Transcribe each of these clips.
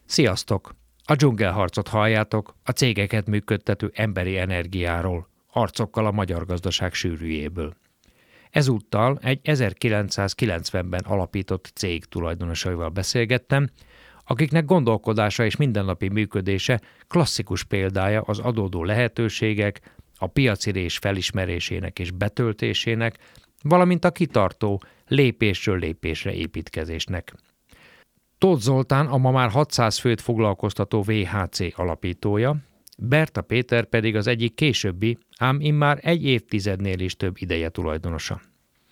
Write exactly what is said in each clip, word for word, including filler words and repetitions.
Sziasztok! A dzsungelharcot halljátok, a cégeket működtető emberi energiáról, arcokkal a magyar gazdaság sűrűjéből. Ezúttal egy ezerkilencszázkilencvenben alapított cég tulajdonosaival beszélgettem, akiknek gondolkodása és mindennapi működése klasszikus példája az adódó lehetőségek, a piaci rés felismerésének és betöltésének, valamint a kitartó, lépésről lépésre építkezésnek. Tóth Zoltán a ma már hatszáz főt foglalkoztató vé há cé alapítója, Berta Péter pedig az egyik későbbi, ám immár egy évtizednél is több ideje tulajdonosa.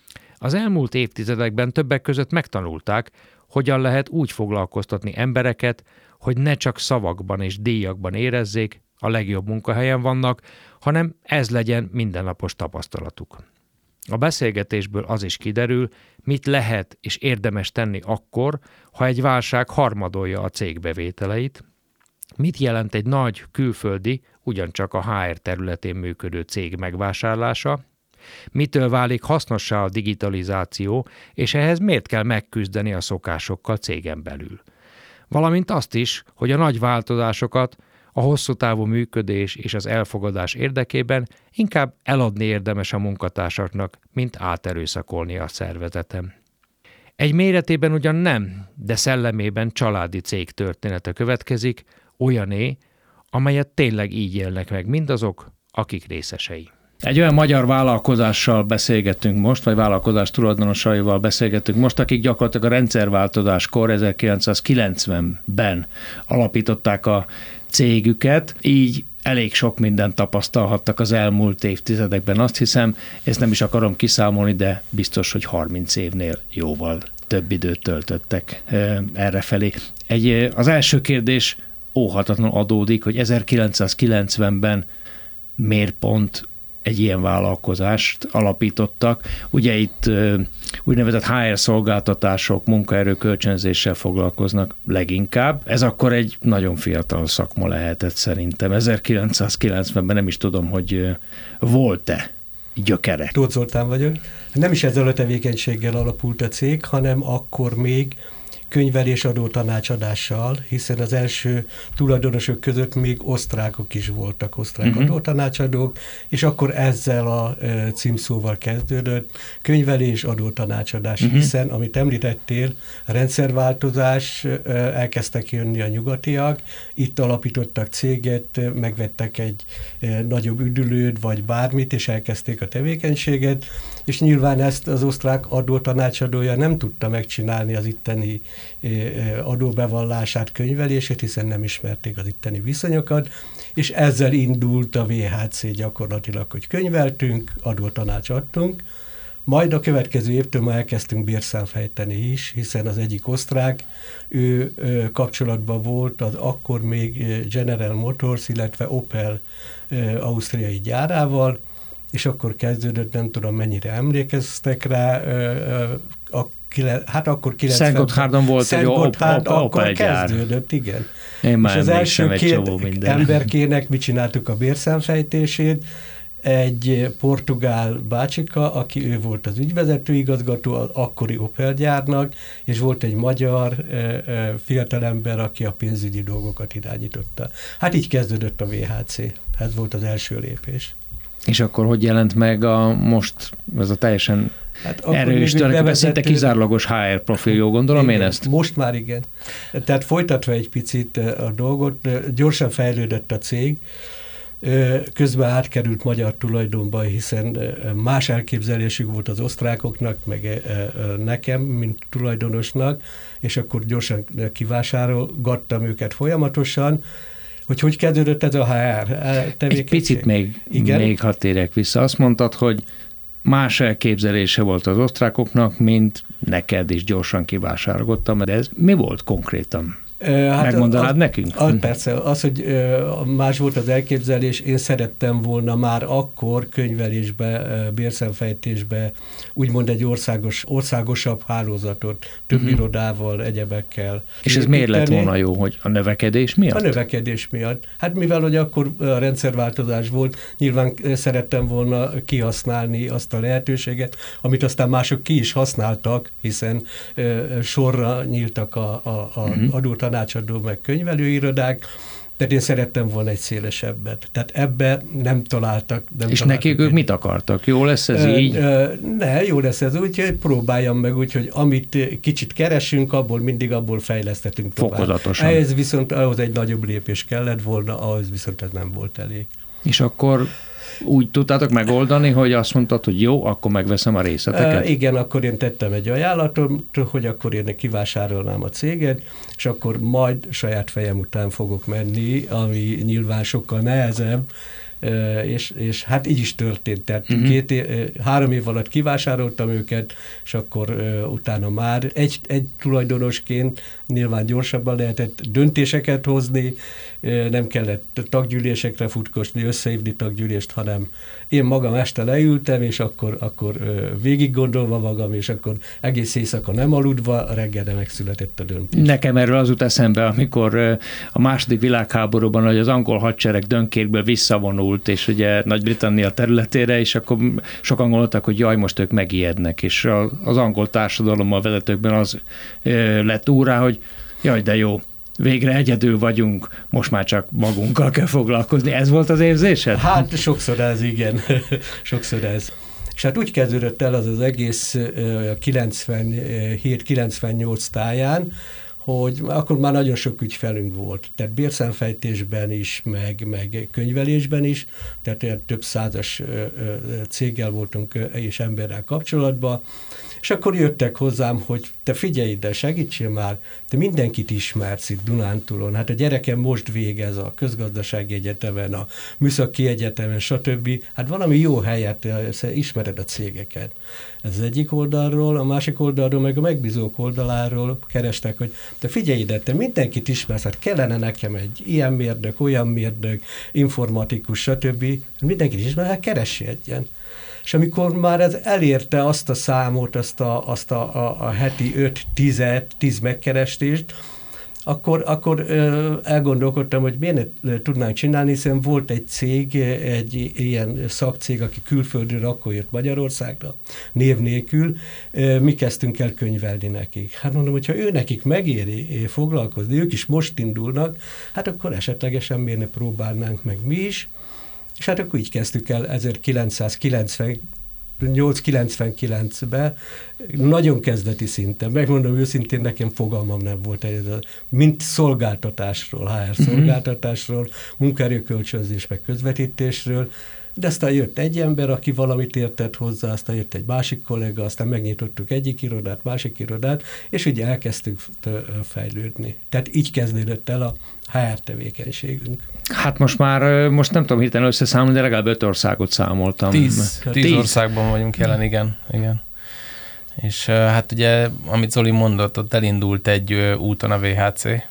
Az elmúlt évtizedekben többek között megtanulták, hogyan lehet úgy foglalkoztatni embereket, hogy ne csak szavakban és díjakban érezzék, a legjobb munkahelyen vannak, hanem ez legyen mindennapos tapasztalatuk. A beszélgetésből az is kiderül, mit lehet és érdemes tenni akkor, ha egy válság harmadolja a cég bevételeit, mit jelent egy nagy külföldi, ugyancsak a há er területén működő cég megvásárlása, mitől válik hasznossá a digitalizáció, és ehhez miért kell megküzdeni a szokásokkal cégen belül. Valamint azt is, hogy a nagy változásokat a hosszú távú működés és az elfogadás érdekében inkább eladni érdemes a munkatársaknak, mint áterőszakolni a szervezetem. Egy méretében ugyan nem, de szellemében családi cég története következik, olyané, amelyet tényleg így élnek meg mindazok, akik részesei. Egy olyan magyar vállalkozással beszélgetünk most, vagy vállalkozás tulajdonosaival beszélgetünk most, akik gyakorlatilag a rendszerváltozáskor ezerkilencszázkilencvenben alapították a cégüket, így elég sok mindent tapasztalhattak az elmúlt évtizedekben, azt hiszem, ezt nem is akarom kiszámolni, de biztos, hogy harminc évnél jóval több időt töltöttek errefelé. Egy, az első kérdés óhatatlanul adódik, hogy ezerkilencszázkilencvenben miért pont egy ilyen vállalkozást alapítottak. Ugye itt úgynevezett há er szolgáltatások, munkaerő kölcsönzéssel foglalkoznak leginkább. Ez akkor egy nagyon fiatal szakma lehetett szerintem. ezerkilencszázkilencvenben nem is tudom, hogy volt-e gyökere. Tóth Zoltán vagyok. Nem is ezzel a tevékenységgel alapult a cég, hanem akkor még könyvelés adó tanácsadással, hiszen az első tulajdonosok között még osztrákok is voltak, osztrák uh-huh. adótanácsadók, és akkor ezzel a e, címszóval kezdődött könyvelés adó tanácsadás, uh-huh. hiszen, amit említettél, rendszerváltozás, e, elkezdtek jönni a nyugatiak, itt alapítottak céget, megvettek egy e, nagyobb üdülőt, vagy bármit, és elkezdték a tevékenységet, és nyilván ezt az osztrák adótanácsadója nem tudta megcsinálni az itteni adóbevallását, könyvelését, hiszen nem ismerték az itteni viszonyokat, és ezzel indult a vé há cé gyakorlatilag, hogy könyveltünk, adótanács adtunk, majd a következő évtől már elkezdtünk bérszámfejteni is, hiszen az egyik osztrák, ő kapcsolatban volt az akkor még General Motors, illetve Opel ausztriai gyárával, és akkor kezdődött, nem tudom mennyire emlékeztek rá, a hát akkor kilencven... Szentgotthárdon volt egy Szentgotthárd Opel akkor gyár. Kezdődött, igen. Én már és az első két minden. emberkének mi csináltuk a bérszámfejtését, egy portugál bácsika, aki ő volt az ügyvezető igazgató az akkori Opel gyárnak, és volt egy magyar e, e, fiatalember, aki a pénzügyi dolgokat irányította. Hát így kezdődött a vé há cé. Ez volt az első lépés. És akkor hogy jelent meg a most, ez a teljesen hát erős, tulajdonképpen szinte kizárólagos há er profil, jó gondolom igen, én ezt? Most már igen. Tehát folytatva egy picit a dolgot, gyorsan fejlődött a cég, közben átkerült magyar tulajdonba, hiszen más elképzelésük volt az osztrákoknak, meg nekem, mint tulajdonosnak, és akkor gyorsan kivásárolgattam őket folyamatosan, hogy hogy kezdődött ez a há er tevékenység. Egy picit még, még hadd térjek vissza. Azt mondtad, hogy más elképzelése volt az osztrákoknak, mint neked is gyorsan kivásárolgattam, de ez mi volt konkrétan? Hát megmondanád az, nekünk? Az, persze, az, hogy más volt az elképzelés, én szerettem volna már akkor könyvelésbe, bérszámfejtésbe úgymond egy országos, országosabb hálózatot, több uh-huh. irodával, egyebekkel. És ez miért lett volna jó, hogy a növekedés miatt? A növekedés miatt. Hát mivel, hogy akkor a rendszerváltozás volt, nyilván szerettem volna kihasználni azt a lehetőséget, amit aztán mások ki is használtak, hiszen sorra nyíltak a, a, a uh-huh. adótanácsadók, tanácsadó, meg könyvelőirodák, tehát én szerettem volna egy szélesebbet. Tehát ebbe nem találtak. Nem és találtak nekik ők egy... mit akartak? Jó lesz ez ö, így? Ö, ne, jó lesz ez úgy, hogy próbáljam meg úgy, hogy amit kicsit keresünk, abból mindig abból fejlesztetünk tovább. Fokozatosan. Ez viszont ahhoz egy nagyobb lépés kellett volna, ahhoz viszont ez nem volt elég. És akkor úgy tudtátok megoldani, hogy azt mondtad, hogy jó, akkor megveszem a részleteket? Uh, igen, akkor én tettem egy ajánlatot, hogy akkor én kivásárolnám a céget, és akkor majd saját fejem után fogok menni, ami nyilván sokkal nehezebb, Uh, és, és hát így is történt. Tehát uh-huh. két év, három év alatt kivásároltam őket, és akkor uh, utána már egy, egy tulajdonosként nyilván gyorsabban lehetett döntéseket hozni, uh, nem kellett taggyűlésekre futkosni, összehívni taggyűlést, hanem én magam este leültem, és akkor, akkor uh, végig gondolva magam, és akkor egész éjszaka nem aludva, reggelre megszületett a döntés. Nekem erről az jut eszembe, amikor uh, a második világháborúban, hogy az angol hadsereg Dönkérből visszavonult, és ugye Nagy-Britannia területére, és akkor sokan gondoltak, hogy jaj, most ők megijednek, és az angol társadalommal vezetőkben az lett úrá, hogy jaj, de jó, végre egyedül vagyunk, most már csak magunkkal kell foglalkozni. Ez volt az érzésed? Hát sokszor ez, igen. sokszor ez. És hát úgy kezdődött el az az egész kilencvenhét kilencvennyolc táján, hogy akkor már nagyon sok ügyfelünk volt. Tehát bérszámfejtésben is, meg, meg könyvelésben is, tehát több százas céggel voltunk és emberrel kapcsolatban, és akkor jöttek hozzám, hogy te figyelj ide, segítsél már, te mindenkit ismersz itt Dunántúlon, hát a gyerekem most végez a közgazdasági egyetemen, a műszaki egyetemen, stb. Hát valami jó helyet, ismered a cégeket. Ez az egyik oldalról, a másik oldalról, meg a megbízók oldaláról kerestek, hogy te figyelj ide, te mindenkit ismersz, hát kellene nekem egy ilyen mérnök, olyan mérnök, informatikus, stb. Mindenkit ismer, hát keressi egyen. És amikor már ez elérte azt a számot, azt a, azt a, a, a heti öt-tíz megkerestést, akkor, akkor ö, elgondolkodtam, hogy miért ne tudnánk csinálni, hiszen volt egy cég, egy ilyen szakcég, aki külföldről akkor jött Magyarországra, név nélkül, ö, mi kezdtünk el könyvelni nekik. Hát mondom, hogyha ő nekik megéri foglalkozni, ők is most indulnak, hát akkor esetlegesen miért ne próbálnánk meg mi is. És hát akkor így kezdtük el ezerkilencszázkilencvennyolc kilencvenkilencben, nagyon kezdeti szinten. Megmondom őszintén, nekem fogalmam nem volt, mint szolgáltatásról, há er szolgáltatásról, munkaerőkölcsönzés meg közvetítésről, de aztán jött egy ember, aki valamit értett hozzá, aztán jött egy másik kollega, aztán megnyitottuk egyik irodát, másik irodát, és ugye elkezdtük fejlődni. Tehát így kezdődött el a há er tevékenységünk. Hát most már, most nem tudom hirtelen összeszámolni, de legalább öt országot számoltam. Tíz, tíz, tíz országban vagyunk jelen, igen. igen. És hát ugye, amit Zoli mondott, ott elindult egy úton a vé há cé,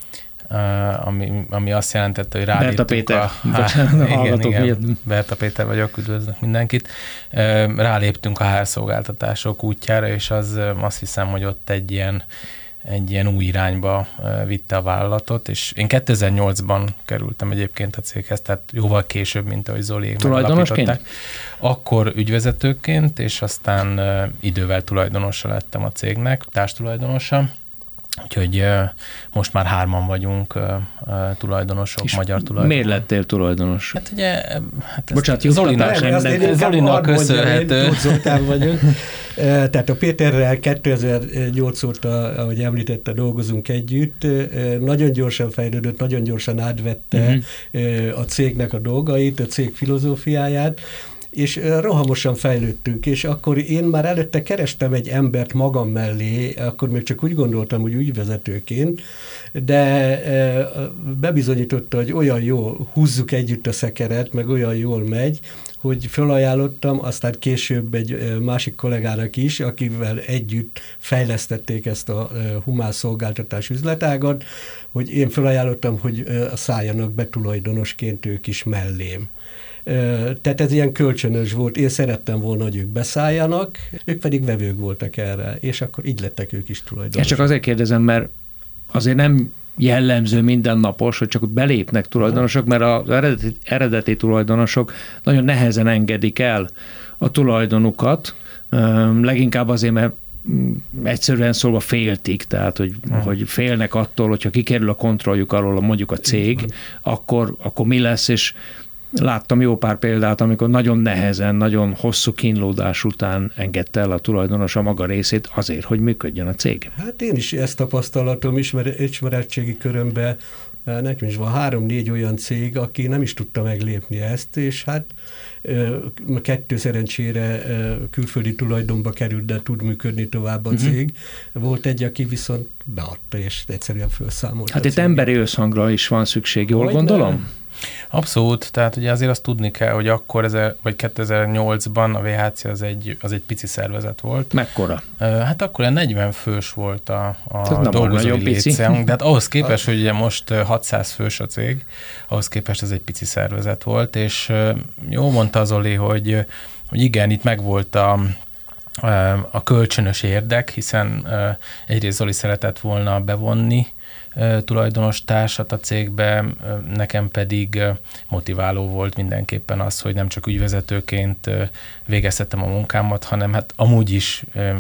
ami, ami azt jelentette, hogy ráléptünk Berta Péter. a... Bocsánat, igen, igen, Berta Péter vagyok, üdvözlök mindenkit. Ráléptünk a há er szolgáltatások útjára, és az azt hiszem, hogy ott egy ilyen egy ilyen új irányba vitte a vállalatot, és én kétezer-nyolcban kerültem egyébként a céghez, tehát jóval később, mint ahogy Zoliék megalapították. Akkor ügyvezetőként, és aztán idővel tulajdonosa lettem a cégnek, társtulajdonosa. Úgyhogy most már hárman vagyunk tulajdonosok, és magyar tulajdonosok. Miért lettél tulajdonos? Hát ugye, hát Bocsánat, Zolinak, Zolinak köszönhető. Zoltán vagyok. Tehát a Péterrel kétezer-nyolc óta, ahogy említette, dolgozunk együtt. Nagyon gyorsan fejlődött, nagyon gyorsan átvette uh-huh. a cégnek a dolgait, a cég filozófiáját, és rohamosan fejlődtünk, és akkor én már előtte kerestem egy embert magam mellé, akkor még csak úgy gondoltam, hogy ügyvezetőként, de bebizonyította, hogy olyan jó, húzzuk együtt a szekeret, meg olyan jól megy, hogy felajánlottam, aztán később egy másik kollégának is, akivel együtt fejlesztették ezt a humán szolgáltatás üzletágat, hogy én felajánlottam, hogy szálljanak be tulajdonosként ők is mellém. Tehát ez ilyen kölcsönös volt. Én szerettem volna, hogy ők beszálljanak, ők pedig vevők voltak erre, és akkor így lettek ők is tulajdonosok. Én csak azért kérdezem, mert azért nem jellemző mindennapos, hogy csak ott belépnek tulajdonosok, mert az eredeti, eredeti tulajdonosok nagyon nehezen engedik el a tulajdonukat, leginkább azért, mert egyszerűen szólva féltik, tehát hogy, uh-huh. hogy félnek attól, hogyha kikerül a kontrolljuk alól mondjuk a cég, akkor, akkor mi lesz, és láttam jó pár példát, amikor nagyon nehezen, nagyon hosszú kínlódás után engedte el a tulajdonos a maga részét azért, hogy működjön a cég. Hát én is ezt tapasztalatom ismer- ismeretségi körömben. Nekem is van három-négy olyan cég, aki nem is tudta meglépni ezt, és hát kettő szerencsére külföldi tulajdonba került, de tud működni tovább a uh-huh. cég. Volt egy, aki viszont beadta, és egyszerűen felszámolt. Hát itt emberi összhangra is van szükség, jól Hogy gondolom? Nem? Abszolút, tehát ugye azért azt tudni kell, hogy akkor, ezer, vagy kétezer-nyolcban a vé há cé az egy, az egy pici szervezet volt. Mekkora? Hát akkor negyven fős volt a, a dolgozói létszám, de hát ahhoz képest, hogy ugye most hatszáz fős a cég, ahhoz képest ez egy pici szervezet volt, és jó mondta Zoli, hogy, hogy igen, itt megvolt a a kölcsönös érdek, hiszen egyrészt Zoli szeretett volna bevonni tulajdonos társat a cégbe, nekem pedig motiváló volt mindenképpen az, hogy nem csak ügyvezetőként végeztettem a munkámat, hanem hát amúgy is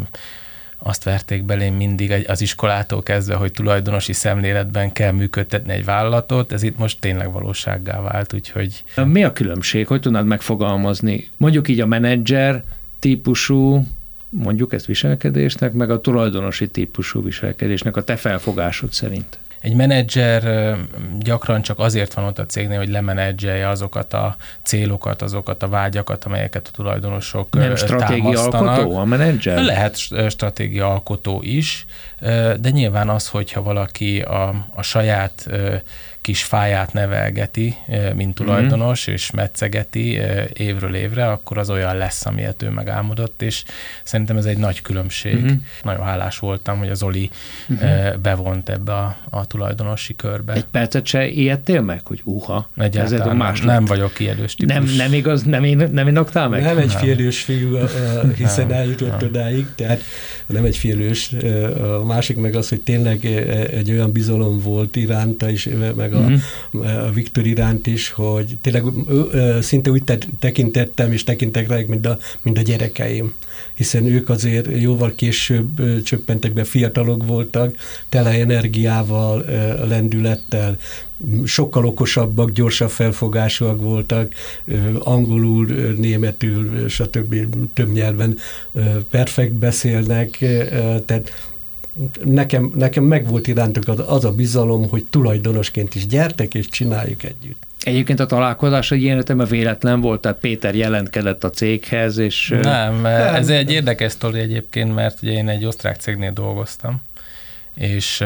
azt verték belém mindig az iskolától kezdve, hogy tulajdonosi szemléletben kell működtetni egy vállalatot, ez itt most tényleg valósággá vált, úgyhogy... Mi a különbség? Hogy tudnád megfogalmazni? Mondjuk így a menedzser típusú, mondjuk ezt viselkedésnek, meg a tulajdonosi típusú viselkedésnek a te felfogásod szerint? Egy menedzser gyakran csak azért van ott a cégnél, hogy lemenedzselje azokat a célokat, azokat a vágyakat, amelyeket a tulajdonosok támasztanak. Nem stratégiaalkotó a menedzser? Lehet stratégiaalkotó is, de nyilván az, hogyha valaki a, a saját kis fáját nevelgeti, mint tulajdonos, mm-hmm. és metszegeti évről évre, akkor az olyan lesz, amilyet ő megálmodott, és szerintem ez egy nagy különbség. Mm-hmm. Nagyon hálás voltam, hogy az Zoli mm-hmm. bevont ebbe a, a tulajdonosi körbe. Egy percet se ijedtél meg, hogy uha, egyáltalán nem, nem vagyok kijelős típus. Nem, nem igaz, nem, én, nem inoktál meg? Nem egy félős fiú, hiszen nem, eljutott nem. odáig, tehát nem egy félős. A másik meg az, hogy tényleg egy olyan bizalom volt iránta is, meg a, uh-huh. a Viktor iránt is, hogy tényleg szinte úgy tekintettem, és tekintek rájuk, mint a, mint a gyerekeim. Hiszen ők azért jóval később csöppentek be, fiatalok voltak, tele energiával, lendülettel, sokkal okosabbak, gyorsabb felfogásúak voltak, angolul, németül, stb. Több nyelven perfekt beszélnek, tehát nekem, nekem megvolt irántuk az, az a bizalom, hogy tulajdonosként is gyertek, és csináljuk együtt. Egyébként a találkozás egy ilyen értelemben véletlen volt, tehát Péter jelentkezett a céghez, és... Nem, nem. Ez egy érdekes sztori egyébként, mert ugye én egy osztrák cégnél dolgoztam, és,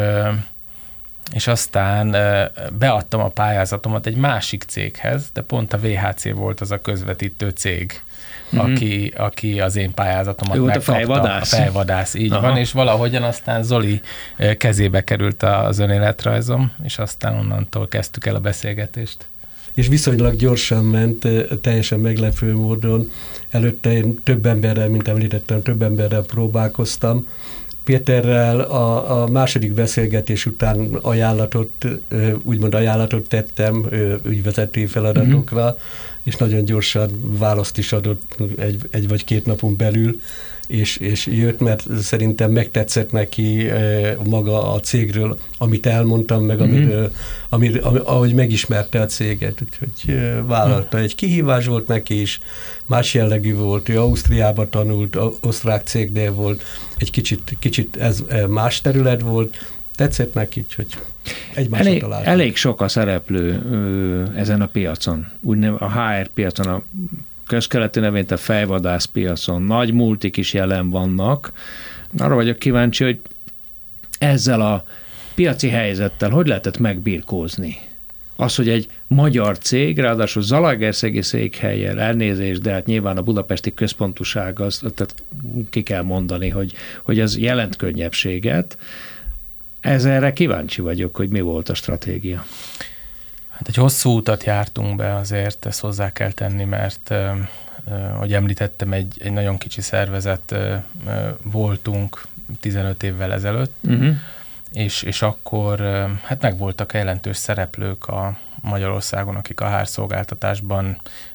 és aztán beadtam a pályázatomat egy másik céghez, de pont a vé há cé volt az a közvetítő cég, mm-hmm. aki, aki az én pályázatomat ő megkapta. A fejvadász? A fejvadász, így Aha. van, és valahogyan aztán Zoli kezébe került az önéletrajzom, és aztán onnantól kezdtük el a beszélgetést. És viszonylag gyorsan ment, teljesen meglepő módon. Előtte én több emberrel, mint említettem, több emberrel próbálkoztam. Péterrel a, a második beszélgetés után ajánlatot, úgymond ajánlatot tettem ügyvezetői feladatokra, mm-hmm. és nagyon gyorsan választ is adott egy, egy vagy két napon belül, és, és jött, mert szerintem megtetszett neki maga a cégről, amit elmondtam, meg mm-hmm. amiről, amiről, ahogy megismerte a céget, úgyhogy vállalta. Egy kihívás volt neki is, más jellegű volt, ő Ausztriába tanult, osztrák cégnél volt, egy kicsit, kicsit ez más terület volt, tetszett neki, hogy egymásra elég, találtunk. Elég sok a szereplő ö, ezen a piacon, úgynev a há er piacon, a közkeleti nevén a fejvadász piacon, nagy multik is jelen vannak. Arra vagyok kíváncsi, hogy ezzel a piaci helyzettel hogy lehetett megbirkózni? Az, hogy egy magyar cég, ráadásul zalaegerszegi székhellyel, elnézést, de hát nyilván a budapesti központúság, az, tehát ki kell mondani, hogy, hogy az jelent könnyebbséget. Ezerre kíváncsi vagyok, hogy mi volt a stratégia. Hát egy hosszú utat jártunk be azért, ezt hozzá kell tenni, mert ahogy említettem, egy, egy nagyon kicsi szervezet voltunk tizenöt évvel ezelőtt, uh-huh. és, és akkor hát megvoltak jelentős szereplők a, Magyarországon, akik a hárszolgáltatásban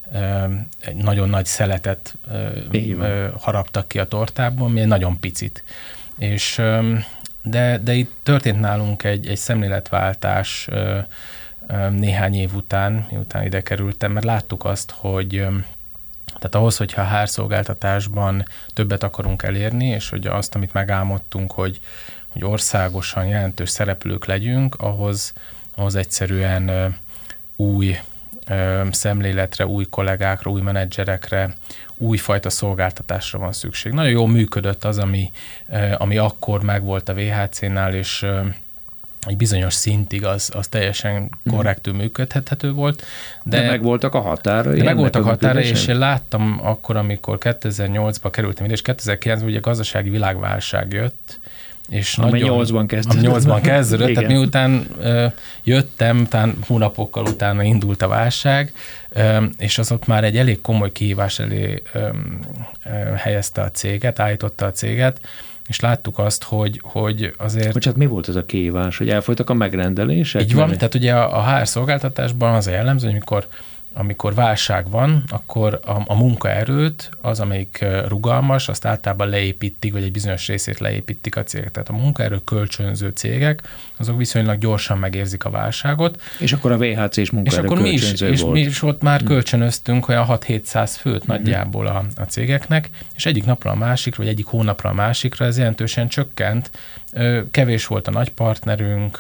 egy nagyon nagy szeletet haraptak ki a tortából, mi egy nagyon picit. És, de, de itt történt nálunk egy, egy szemléletváltás néhány év után, miután ide kerültem, mert láttuk azt, hogy tehát ahhoz, hogyha a hárszolgáltatásban többet akarunk elérni, és hogy azt, amit megálmodtunk, hogy, hogy országosan jelentős szereplők legyünk, ahhoz, ahhoz egyszerűen ö, új ö, szemléletre, új kollégákra, új menedzserekre, újfajta szolgáltatásra van szükség. Nagyon jól működött az, ami, ö, ami akkor megvolt a vé há cé-nál, és ö, egy bizonyos szintig az, az teljesen korrektül működhető volt. De, de megvoltak a határai. De megvoltak a határai, és én láttam akkor, amikor kétezer-nyolcban kerültem ide, és kétezer-kilencben ugye gazdasági világválság jött, és ami nyolcban kezdődött. nyolcban kezdődött, tehát miután ö, jöttem, tán hónapokkal utána indult a válság, ö, és az ott már egy elég komoly kihívás elé ö, ö, helyezte a céget, állította a céget, és láttuk azt, hogy, hogy azért... Bocsát, mi volt ez a kihívás, hogy elfolytak a megrendelések? Így van, tehát ugye a, a há er szolgáltatásban az a jellemző, hogy amikor, amikor válság van, akkor a, a munkaerőt, az, amelyik rugalmas, azt általában leépítik, vagy egy bizonyos részét leépítik a cégek. Tehát a munkaerő kölcsönző cégek, azok viszonylag gyorsan megérzik a válságot. És akkor a vé há cé is munkaerő és akkor kölcsönző mi is, volt. És mi is ott már kölcsönöztünk olyan hat-hétszáz főt nagyjából a, a cégeknek, és egyik napra a másikra, vagy egyik hónapra a másikra ez jelentősen csökkent. Kevés volt a nagy partnerünk,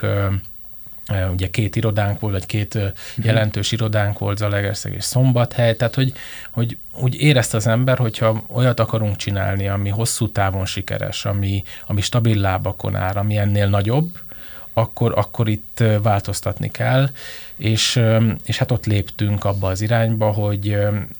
ugye két irodánk volt, vagy két jelentős irodánk volt, Zalaegerszeg és Szombathely, tehát hogy, hogy úgy érezte az ember, hogyha olyat akarunk csinálni, ami hosszú távon sikeres, ami, ami stabil lábakon áll, ami ennél nagyobb, akkor, akkor itt változtatni kell, és, és hát ott léptünk abba az irányba, hogy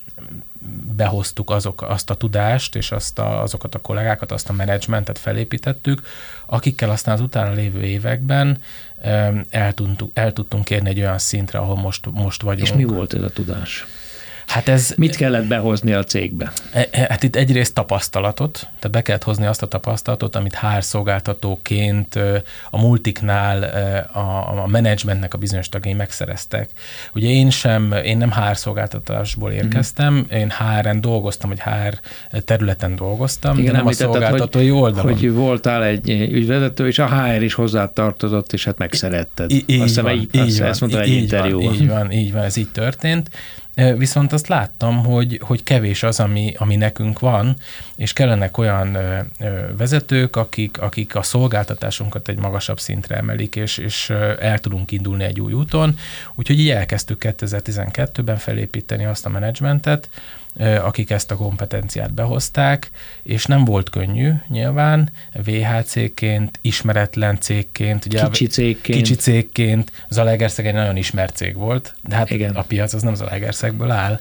behoztuk azok, azt a tudást, és azt a, azokat a kollégákat, azt a menedzsmentet felépítettük, akikkel aztán az utána lévő években el tudtunk, el tudtunk érni egy olyan szintre, ahol most, most vagyunk. És mi volt ez a tudás? Hát ez, Mit kellett behozni a cégbe? Hát itt egyrészt tapasztalatot, tehát be kellett hozni azt a tapasztalatot, amit há er szolgáltatóként a multiknál a, a menedzsmentnek a bizonyos tagjai megszereztek. Ugye én sem, én nem há er szolgáltatásból érkeztem, mm. én há er-en dolgoztam, vagy há er területen dolgoztam, igen, de nem a szolgáltatói hogy, oldalon. Hogy voltál egy ügyvezető, és a há er is hozzá tartozott, és hát megszeretted. I- így azt van, így, így azt, van, ezt mondta így egy interjúban. Így van, így van, ez így történt. Viszont azt láttam, hogy, hogy kevés az, ami, ami nekünk van, és kellenek olyan ö, ö, vezetők, akik, akik a szolgáltatásunkat egy magasabb szintre emelik, és, és el tudunk indulni egy új úton. Úgyhogy így elkezdtük kétezer-tizenkettőben felépíteni azt a menedzsmentet, akik ezt a kompetenciát behozták, és nem volt könnyű nyilván, vé há cégként, ismeretlen cégként, ugye kicsi cégként, kicsi cégként, Zalaegerszeg egy nagyon ismert cég volt, de hát igen. A piac az nem Zalaegerszegből áll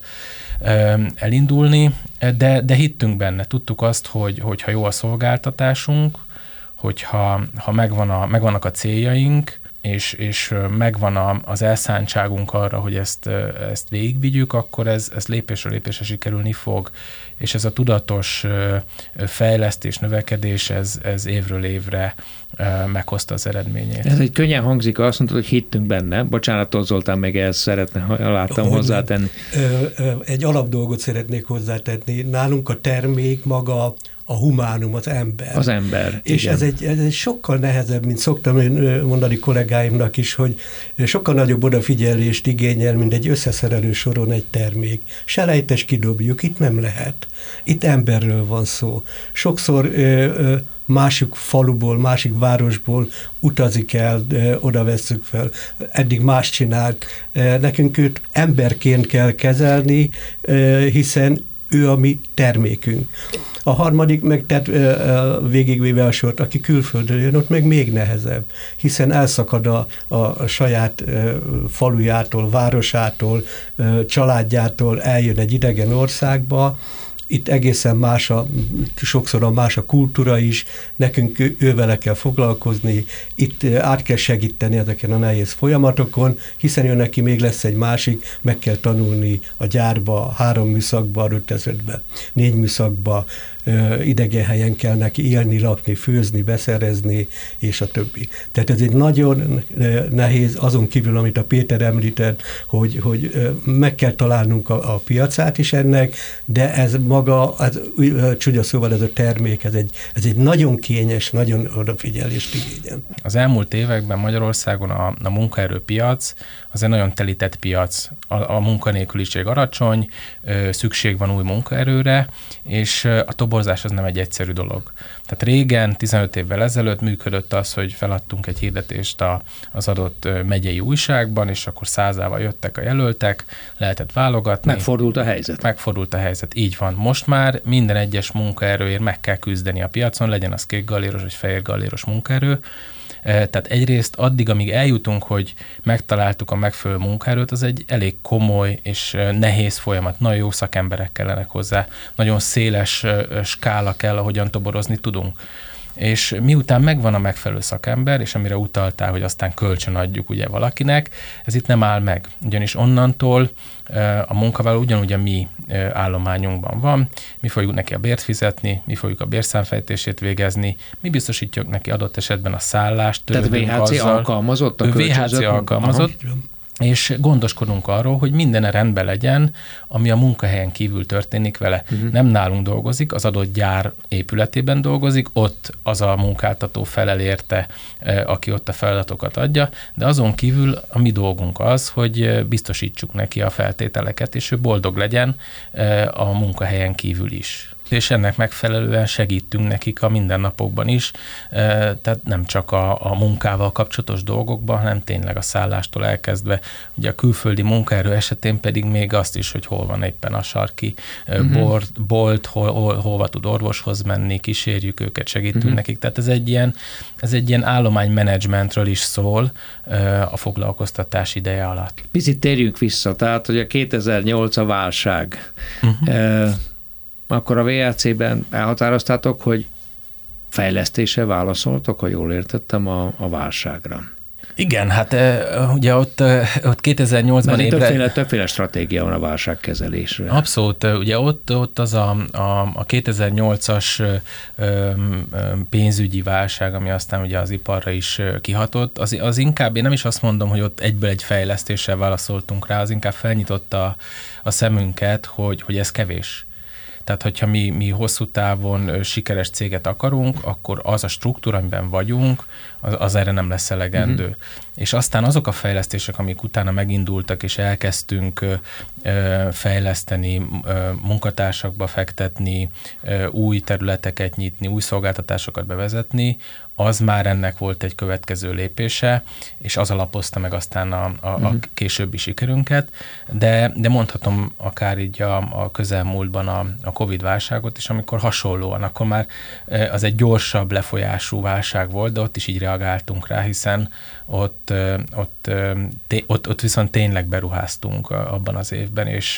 elindulni, de, de hittünk benne, tudtuk azt, hogy, hogyha jó a szolgáltatásunk, hogyha ha megvan a, megvannak a céljaink, és, és megvan a, az elszántságunk arra, hogy ezt, ezt végigvigyük, akkor ez, ez lépésről lépésre sikerülni fog. És ez a tudatos fejlesztés, növekedés, ez, ez évről évre meghozta az eredményét. Ez egy könnyen hangzik, azt mondtad, hogy hittünk benne. Bocsánatot, Zoltán, még ezt szeretne, ha láttam hogy hozzátenni. Egy alapdolgot szeretnék hozzátenni. Nálunk a termék maga a humánum, az ember. Az ember, És ez egy, ez egy sokkal nehezebb, mint szoktam mondani kollégáimnak is, hogy sokkal nagyobb odafigyelést igényel, mint egy összeszerelő soron egy termék. Selejtes kidobjuk, itt nem lehet. Itt emberről van szó. Sokszor ö, ö, másik faluból, másik városból utazik el, ö, oda vesszük fel. Eddig más csinált. Nekünk őt emberként kell kezelni, ö, hiszen ő a mi termékünk. A harmadik meg, tehát végigvéve a sort, aki külföldről jön, ott meg még nehezebb, hiszen elszakad a, a, a saját falujától, városától, családjától, eljön egy idegen országba, itt egészen más a, sokszor a más a kultúra is, nekünk ővele kell foglalkozni, itt át kell segíteni ezeken a nehéz folyamatokon, hiszen ő neki még lesz egy másik, meg kell tanulni a gyárba, három műszakba, adott esetben négy műszakba, idegen helyen kell neki élni, lakni, főzni, beszerezni, és a többi. Tehát ez egy nagyon nehéz, azon kívül, amit a Péter említett, hogy, hogy meg kell találnunk a, a piacát is ennek, de ez maga, ez, csúnya szóval ez a termék, ez egy, ez egy nagyon kényes, nagyon odafigyelést igényel. Az elmúlt években Magyarországon a, a munkaerőpiac az egy nagyon telített piac. A, a munkanélküliség alacsony, szükség van új munkaerőre, és a toborzás az nem egy egyszerű dolog. Tehát régen, tizenöt évvel ezelőtt működött az, hogy feladtunk egy hirdetést a, az adott megyei újságban, és akkor százával jöttek a jelöltek, lehetett válogatni. Megfordult a helyzet. Megfordult a helyzet, így van. Most már minden egyes munkaerőért meg kell küzdeni a piacon, legyen az kék galléros vagy fehér galléros munkaerő. Tehát egyrészt addig, amíg eljutunk, hogy megtaláltuk a megfelelő munkaerőt, az egy elég komoly és nehéz folyamat. Nagyon jó szakemberek kellenek hozzá, nagyon széles skála kell, ahogyan toborozni tudunk. És miután megvan a megfelelő szakember, és amire utaltál, hogy aztán kölcsön adjuk ugye valakinek, ez itt nem áll meg. Ugyanis onnantól a munkavállaló ugyanúgy a mi állományunkban van, mi fogjuk neki a bért fizetni, mi fogjuk a bérszámfejtését végezni, mi biztosítjuk neki adott esetben a szállást. Tehát vé há cé azzal, alkalmazott a vé há cé alkalmazott, aha. És gondoskodunk arról, hogy minden rendben legyen, ami a munkahelyen kívül történik vele. Uh-huh. Nem nálunk dolgozik, az adott gyár épületében dolgozik, ott az a munkáltató felel érte, aki ott a feladatokat adja, de azon kívül a mi dolgunk az, hogy biztosítsuk neki a feltételeket, és ő boldog legyen a munkahelyen kívül is. És ennek megfelelően segítünk nekik a mindennapokban is, tehát nem csak a, a munkával kapcsolatos dolgokban, hanem tényleg a szállástól elkezdve. Ugye a külföldi munkaerő esetén pedig még azt is, hogy hol van éppen a sarki uh-huh. bolt, bolt hol, hol, hova tud orvoshoz menni, kísérjük őket, segítünk uh-huh. nekik. Tehát ez egy ilyen, ez egy ilyen állománymenedzsmentről is szól a foglalkoztatás ideje alatt. Picit térjünk vissza, tehát hogy a kétezer-nyolc a válság. Uh-huh. E- Akkor a vé há cében elhatároztátok, hogy fejlesztésre válaszoltok, ha jól értettem, a, a válságra. Igen, hát ugye ott, ott kétezer-nyolcban ébre... Többféle, többféle stratégia van a válságkezelésre. Abszolút, ugye ott, ott az a, a, a kétezer-nyolcas pénzügyi válság, ami aztán ugye az iparra is kihatott, az, az inkább, én nem is azt mondom, hogy ott egyből egy fejlesztéssel válaszoltunk rá, az inkább felnyitotta a szemünket, hogy, hogy ez kevés. Tehát, hogyha mi, mi hosszú távon sikeres céget akarunk, akkor az a struktúra, amiben vagyunk, az, az erre nem lesz elegendő. Uh-huh. És aztán azok a fejlesztések, amik utána megindultak, és elkezdtünk ö, ö, fejleszteni, ö, munkatársakba fektetni, ö, új területeket nyitni, új szolgáltatásokat bevezetni, az már ennek volt egy következő lépése, és az alapozta meg aztán a, a, uh-huh. a későbbi sikerünket, de, de mondhatom akár így a, a közelmúltban a, a Covid-válságot is, amikor hasonlóan, akkor már az egy gyorsabb lefolyású válság volt, de ott is így reagáltunk rá, hiszen ott, ott, ott, ott viszont tényleg beruháztunk abban az évben, és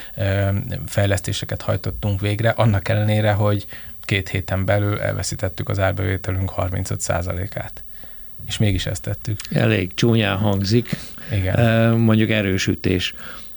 fejlesztéseket hajtottunk végre, annak ellenére, hogy két héten belül elveszítettük az árbevételünk harmincöt százalékát. És mégis ezt tettük. Elég csúnyán hangzik. Igen. Mondjuk erősítés.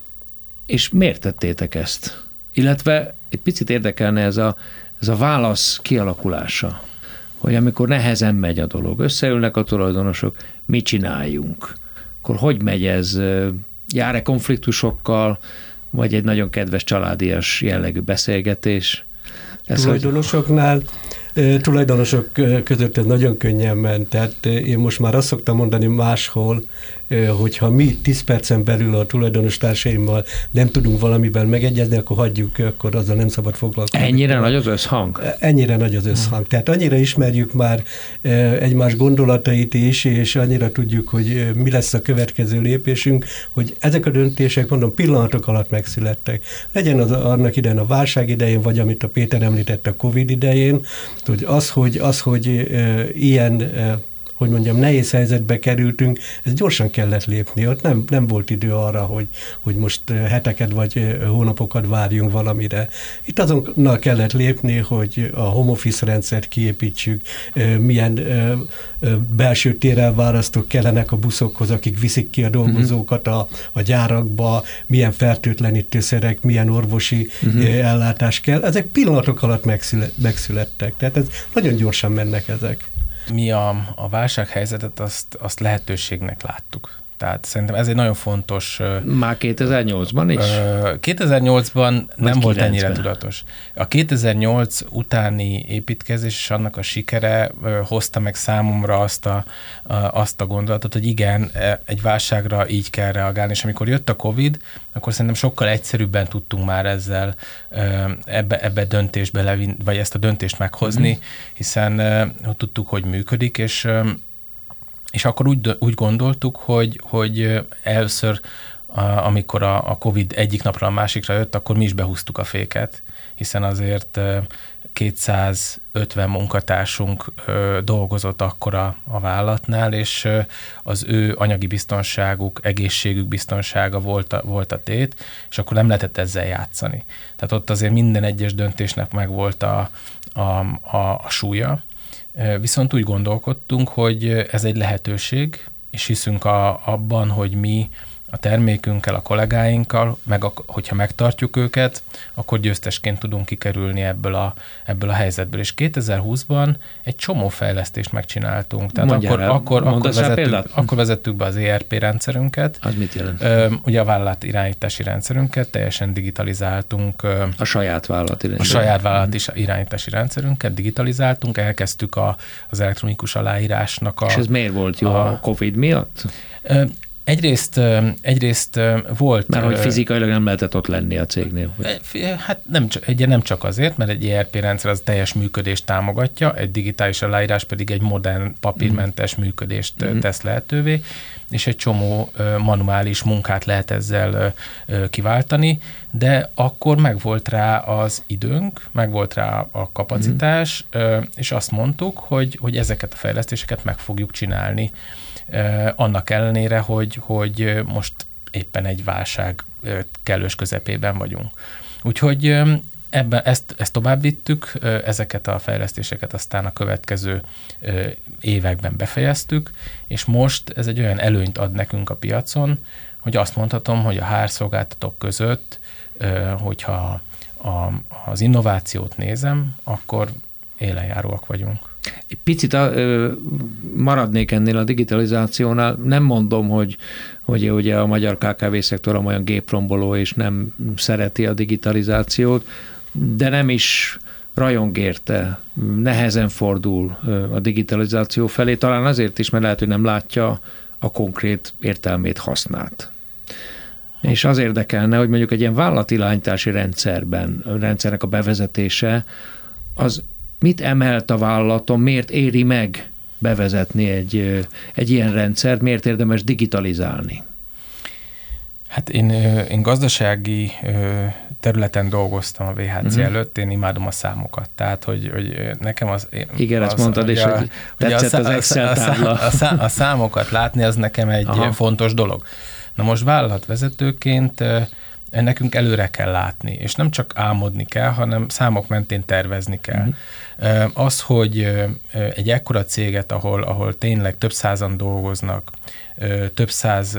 És miért tettétek ezt? Illetve egy picit érdekelne ez a, ez a válasz kialakulása, hogy amikor nehezen megy a dolog, összeülnek a tulajdonosok, mit csináljunk? Akkor hogy megy ez? Jár-e konfliktusokkal, vagy egy nagyon kedves családias jellegű beszélgetés? Ez tulajdonosoknál, hogy... tulajdonosok között ez nagyon könnyen ment, tehát én most már azt szoktam mondani máshol, hogyha mi tíz percen belül a tulajdonos társaimmal nem tudunk valamiben megegyezni, akkor hagyjuk, akkor azzal nem szabad foglalkozni. Ennyire nagy az összhang? Ennyire nagy az összhang. Tehát annyira ismerjük már egymás gondolatait is, és annyira tudjuk, hogy mi lesz a következő lépésünk, hogy ezek a döntések, mondom, pillanatok alatt megszülettek. Legyen az annak idején a válság idején, vagy amit a Péter említett a Covid idején, hogy az, hogy, az, hogy ilyen hogy mondjam, nehéz helyzetbe kerültünk, ez gyorsan kellett lépni. Ott nem, nem volt idő arra, hogy, hogy most heteket vagy hónapokat várjunk valamire. Itt azonnal kellett lépni, hogy a home office rendszert kiépítsük, milyen belső térelválasztók kellenek a buszokhoz, akik viszik ki a dolgozókat a, a gyárakba, milyen fertőtlenítőszerek, milyen orvosi uh-huh. ellátás kell. Ezek pillanatok alatt megszülettek. Tehát ez nagyon gyorsan mennek ezek. Mi a, a válsághelyzetet azt, azt lehetőségnek láttuk. Tehát szerintem ez egy nagyon fontos... Már kétezer-nyolcban is? kétezer-nyolcban nem kilencven volt ennyire tudatos. A kétezer-nyolc utáni építkezés és annak a sikere hozta meg számomra azt a, azt a gondolatot, hogy igen, egy válságra így kell reagálni, és amikor jött a Covid, akkor szerintem sokkal egyszerűbben tudtunk már ezzel ebbe, ebbe döntésbe levin, vagy ezt a döntést meghozni, mm-hmm. hiszen tudtuk, hogy működik, és És akkor úgy, úgy gondoltuk, hogy, hogy először, amikor a, a Covid egyik napra a másikra jött, akkor mi is behúztuk a féket, hiszen azért kétszázötven munkatársunk dolgozott akkor a, a vállalatnál, és az ő anyagi biztonságuk, egészségük biztonsága volt a, volt a tét, és akkor nem lehetett ezzel játszani. Tehát ott azért minden egyes döntésnek megvolt a, a, a, a súlya. Viszont úgy gondolkodtunk, hogy ez egy lehetőség, és hiszünk a, abban, hogy mi a termékünkkel, a kollégáinkkal, meg a, hogyha megtartjuk őket, akkor győztesként tudunk kikerülni ebből a, ebből a helyzetből. És kétezer-húszban egy csomó fejlesztést megcsináltunk. Tehát akkor, el, akkor, akkor, vezettük, akkor vezettük be az é er pé rendszerünket. Az mit jelent? Ö, ugye a vállalat irányítási rendszerünket, teljesen digitalizáltunk. A saját vállalati A saját vállalati irányítási rendszerünket digitalizáltunk, elkezdtük a, az elektronikus aláírásnak a... És ez miért volt jó a, a Covid miatt? Ö, Egyrészt, egyrészt volt... Mert hogy fizikailag nem lehetett ott lenni a cégnél. Hát nem csak, egy, nem csak azért, mert egy é er pé rendszer az teljes működést támogatja, egy digitális aláírás pedig egy modern, papírmentes mm. működést mm. tesz lehetővé, és egy csomó manuális munkát lehet ezzel kiváltani, de akkor megvolt rá az időnk, megvolt rá a kapacitás, mm. és azt mondtuk, hogy, hogy ezeket a fejlesztéseket meg fogjuk csinálni. Eh, annak ellenére, hogy, hogy most éppen egy válság eh, kellős közepében vagyunk. Úgyhogy eh, ebben ezt, ezt tovább vittük, eh, ezeket a fejlesztéseket aztán a következő eh, években befejeztük, és most ez egy olyan előnyt ad nekünk a piacon, hogy azt mondhatom, hogy a há er szolgáltatók között, eh, hogyha a, az innovációt nézem, akkor élenjáróak vagyunk. Egy picit a, ö, maradnék ennél a digitalizációnál. Nem mondom, hogy, hogy ugye a magyar ká ká vé-szektor olyan gépromboló és nem szereti a digitalizációt, de nem is rajong érte, nehezen fordul a digitalizáció felé, talán azért is, mert lehet, hogy nem látja a konkrét értelmét, hasznát. És az érdekelne, hogy mondjuk egy ilyen vállalatirányítási rendszerben, a rendszernek a bevezetése, az mit emelt a vállalaton, miért éri meg bevezetni egy, egy ilyen rendszert, miért érdemes digitalizálni? Hát én, én gazdasági területen dolgoztam a vé há cé uh-huh. előtt, én imádom a számokat. Tehát, hogy, hogy nekem az... Igen, az, ezt mondtad, és hogy tetszett az Excel tábla. A, a, a számokat látni, az nekem egy Aha. fontos dolog. Na most vállalatvezetőként nekünk előre kell látni, és nem csak álmodni kell, hanem számok mentén tervezni kell. Uh-huh. Az, hogy egy ekkora céget, ahol, ahol tényleg több százan dolgoznak, több száz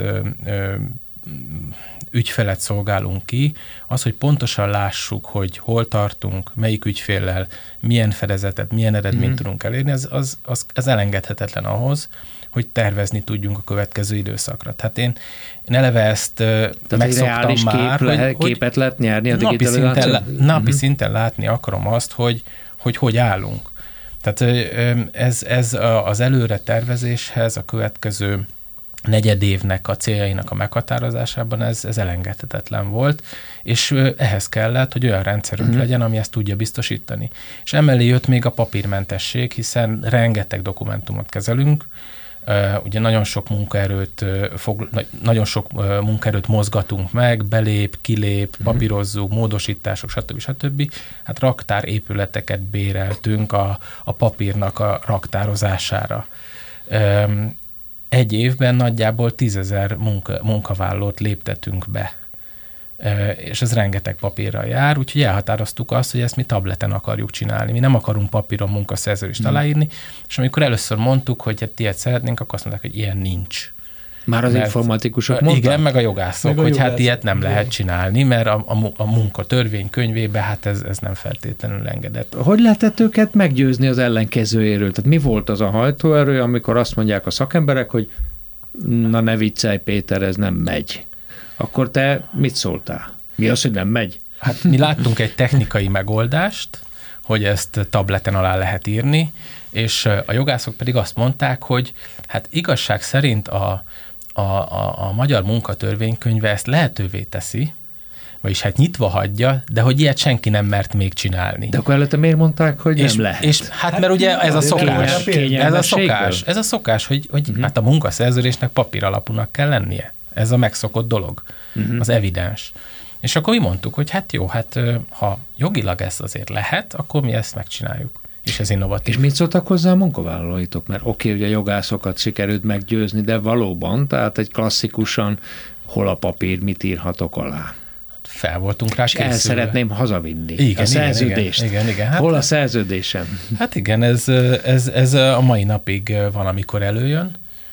ügyfelet szolgálunk ki, az, hogy pontosan lássuk, hogy hol tartunk, melyik ügyféllel, milyen fedezetet, milyen eredményt uh-huh. tudunk elérni, az, az, az, az elengedhetetlen ahhoz, hogy tervezni tudjunk a következő időszakra. Tehát én, én eleve ezt Tehát megszoktam már, kép le, hogy képet lehet nyerni a digitalizáció? Napi szinten, napi uh-huh. szinten látni akarom azt, hogy hogy, hogy állunk. Tehát ez, ez az előre tervezéshez, a következő negyedévnek a céljainak a meghatározásában ez, ez elengedhetetlen volt, és ehhez kellett, hogy olyan rendszerünk uh-huh. legyen, ami ezt tudja biztosítani. És emellé jött még a papírmentesség, hiszen rengeteg dokumentumot kezelünk, Uh, ugye nagyon sok munkaerőt, uh, fog, nagyon sok uh, munkaerőt mozgatunk meg, belép, kilép, papírozzuk, módosítások, stb. stb. Hát raktárépületeket béreltünk a, a papírnak a raktározására. Egy évben nagyjából tízezer munka, munkavállalót léptetünk be. És ez rengeteg papírral jár, úgyhogy elhatároztuk azt, hogy ezt mi tableten akarjuk csinálni. Mi nem akarunk papíron munkaszerződést hmm. aláírni, és amikor először mondtuk, hogy hát ilyet szeretnénk, akkor azt mondták, hogy ilyen nincs. Már az mert, informatikusok mondták? Igen, meg a jogászok, meg a hogy jogászok. Hát ilyet nem lehet csinálni, mert a, a, a munka törvénykönyvében hát ez, ez nem feltétlenül engedett. Hogy lehetett őket meggyőzni az ellenkezőjéről? Tehát mi volt az a hajtóerő, amikor azt mondják a szakemberek, hogy na ne viccelj Péter, ez nem megy. Akkor te mit szóltál? Mi az, hogy nem megy? Hát mi láttunk egy technikai megoldást, hogy ezt tableten alá lehet írni, és a jogászok pedig azt mondták, hogy hát igazság szerint a, a, a, a magyar munkatörvénykönyve ezt lehetővé teszi, vagyis hát nyitva hagyja, de hogy ilyet senki nem mert még csinálni. De akkor előtte miért mondták, hogy és, nem lehet? És hát, hát mert ugye ez a szokás, ez a szokás, ez a szokás, hogy, hogy uh-huh. hát a munkaszerződésnek papír alapúnak kell lennie. Ez a megszokott dolog, uh-huh. az evidens. És akkor mi mondtuk, hogy hát jó, hát ha jogilag ez azért lehet, akkor mi ezt megcsináljuk. És ez innovatív. És mit szóltak hozzá a munkavállalóitok? Mert oké, okay, ugye a jogászokat sikerült meggyőzni, de valóban, tehát egy klasszikusan hol a papír, mit írhatok alá? Fel voltunk rá készülve. El szeretném hazavinni igen, a szerződést. Igen, igen, igen. Hát, hol a szerződésem? Hát igen, ez, ez, ez a mai napig van, amikor előjön,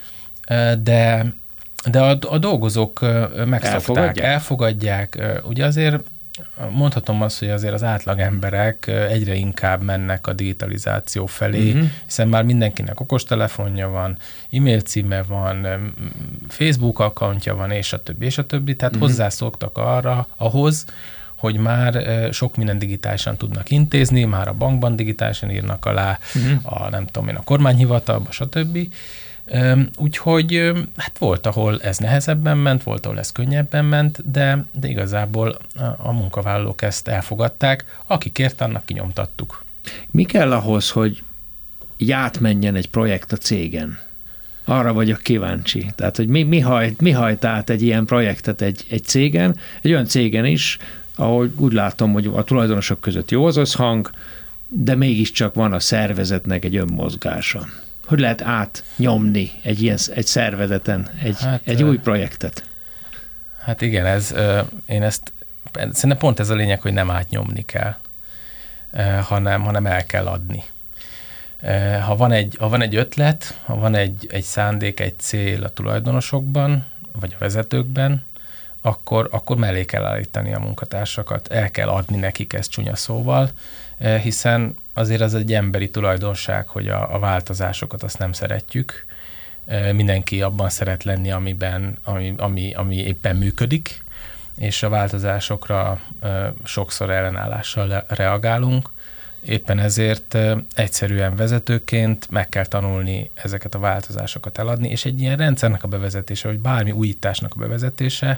de De a, a dolgozók megszokták, elfogadják? elfogadják. Ugye azért mondhatom azt, hogy azért az átlag emberek egyre inkább mennek a digitalizáció felé, uh-huh. hiszen már mindenkinek okostelefonja van, e-mail címe van, Facebook accountja van, és a többi, és a többi. Tehát uh-huh. hozzászoktak arra, ahhoz, hogy már sok minden digitálisan tudnak intézni, már a bankban digitálisan írnak alá, uh-huh. a nem tudom én, a kormányhivatalba, stb. Úgyhogy hát volt, ahol ez nehezebben ment, volt, ahol ez könnyebben ment, de, de igazából a, a munkavállalók ezt elfogadták, aki kért, annak kinyomtattuk. Mi kell ahhoz, hogy átmenjen egy projekt a cégen? Arra vagyok kíváncsi. Tehát, hogy mi, mi, hajt, mi hajt át egy ilyen projektet egy, egy cégen, egy olyan cégen is, ahol úgy látom, hogy a tulajdonosok között jó az összhang, de mégiscsak van a szervezetnek egy önmozgása. Hogy lehet átnyomni egy ilyen egy szervezeten egy, hát, egy új projektet? Hát igen, ez, én ezt, szerintem pont ez a lényeg, hogy nem átnyomni kell, hanem, hanem el kell adni. Ha van egy, ha van egy ötlet, ha van egy, egy szándék, egy cél a tulajdonosokban, vagy a vezetőkben, akkor, akkor mellé kell állítani a munkatársakat, el kell adni nekik ezt csúnya szóval, hiszen azért az egy emberi tulajdonság, hogy a, a változásokat azt nem szeretjük. Mindenki abban szeret lenni, amiben, ami, ami, ami éppen működik, és a változásokra sokszor ellenállással reagálunk. Éppen ezért egyszerűen vezetőként meg kell tanulni ezeket a változásokat eladni, és egy ilyen rendszernek a bevezetése, vagy bármi újításnak a bevezetése,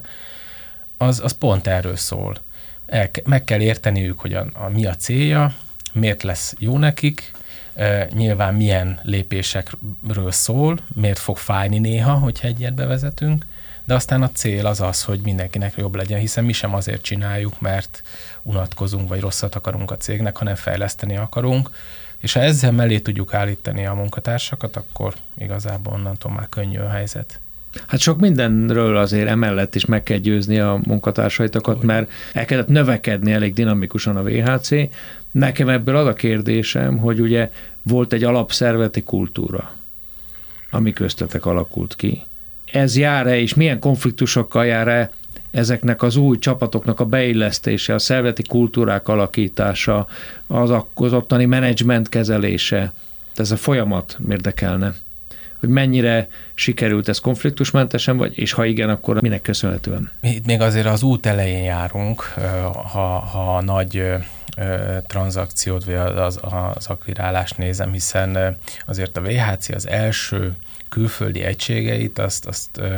az, az pont erről szól. El, meg kell érteniük, hogy a, a, mi a célja, miért lesz jó nekik, e, nyilván milyen lépésekről szól, miért fog fájni néha, hogyha egy ilyet bevezetünk, de aztán a cél az az, hogy mindenkinek jobb legyen, hiszen mi sem azért csináljuk, mert unatkozunk, vagy rosszat akarunk a cégnek, hanem fejleszteni akarunk, és ha ezzel mellé tudjuk állítani a munkatársakat, akkor igazából onnantól már könnyű a helyzet. Hát sok mindenről azért emellett is meg kell győzni a munkatársaitokat, mert elkezdett növekedni elég dinamikusan a vé há cé. Nekem ebből az a kérdésem, hogy ugye volt egy alapszervezeti kultúra, ami köztetek alakult ki. Ez jár-e, és milyen konfliktusokkal jár-e ezeknek az új csapatoknak a beillesztése, a szervezeti kultúrák alakítása, az, az ottani menedzsment kezelése? Ez a folyamat érdekelne, hogy mennyire sikerült ez konfliktusmentesen, vagy, és ha igen, akkor minek köszönhetően? Itt még azért az út elején járunk, ha, ha nagy tranzakciót, vagy az, az akvirálást nézem, hiszen azért a vé há cé az első külföldi egységeit azt, azt ö,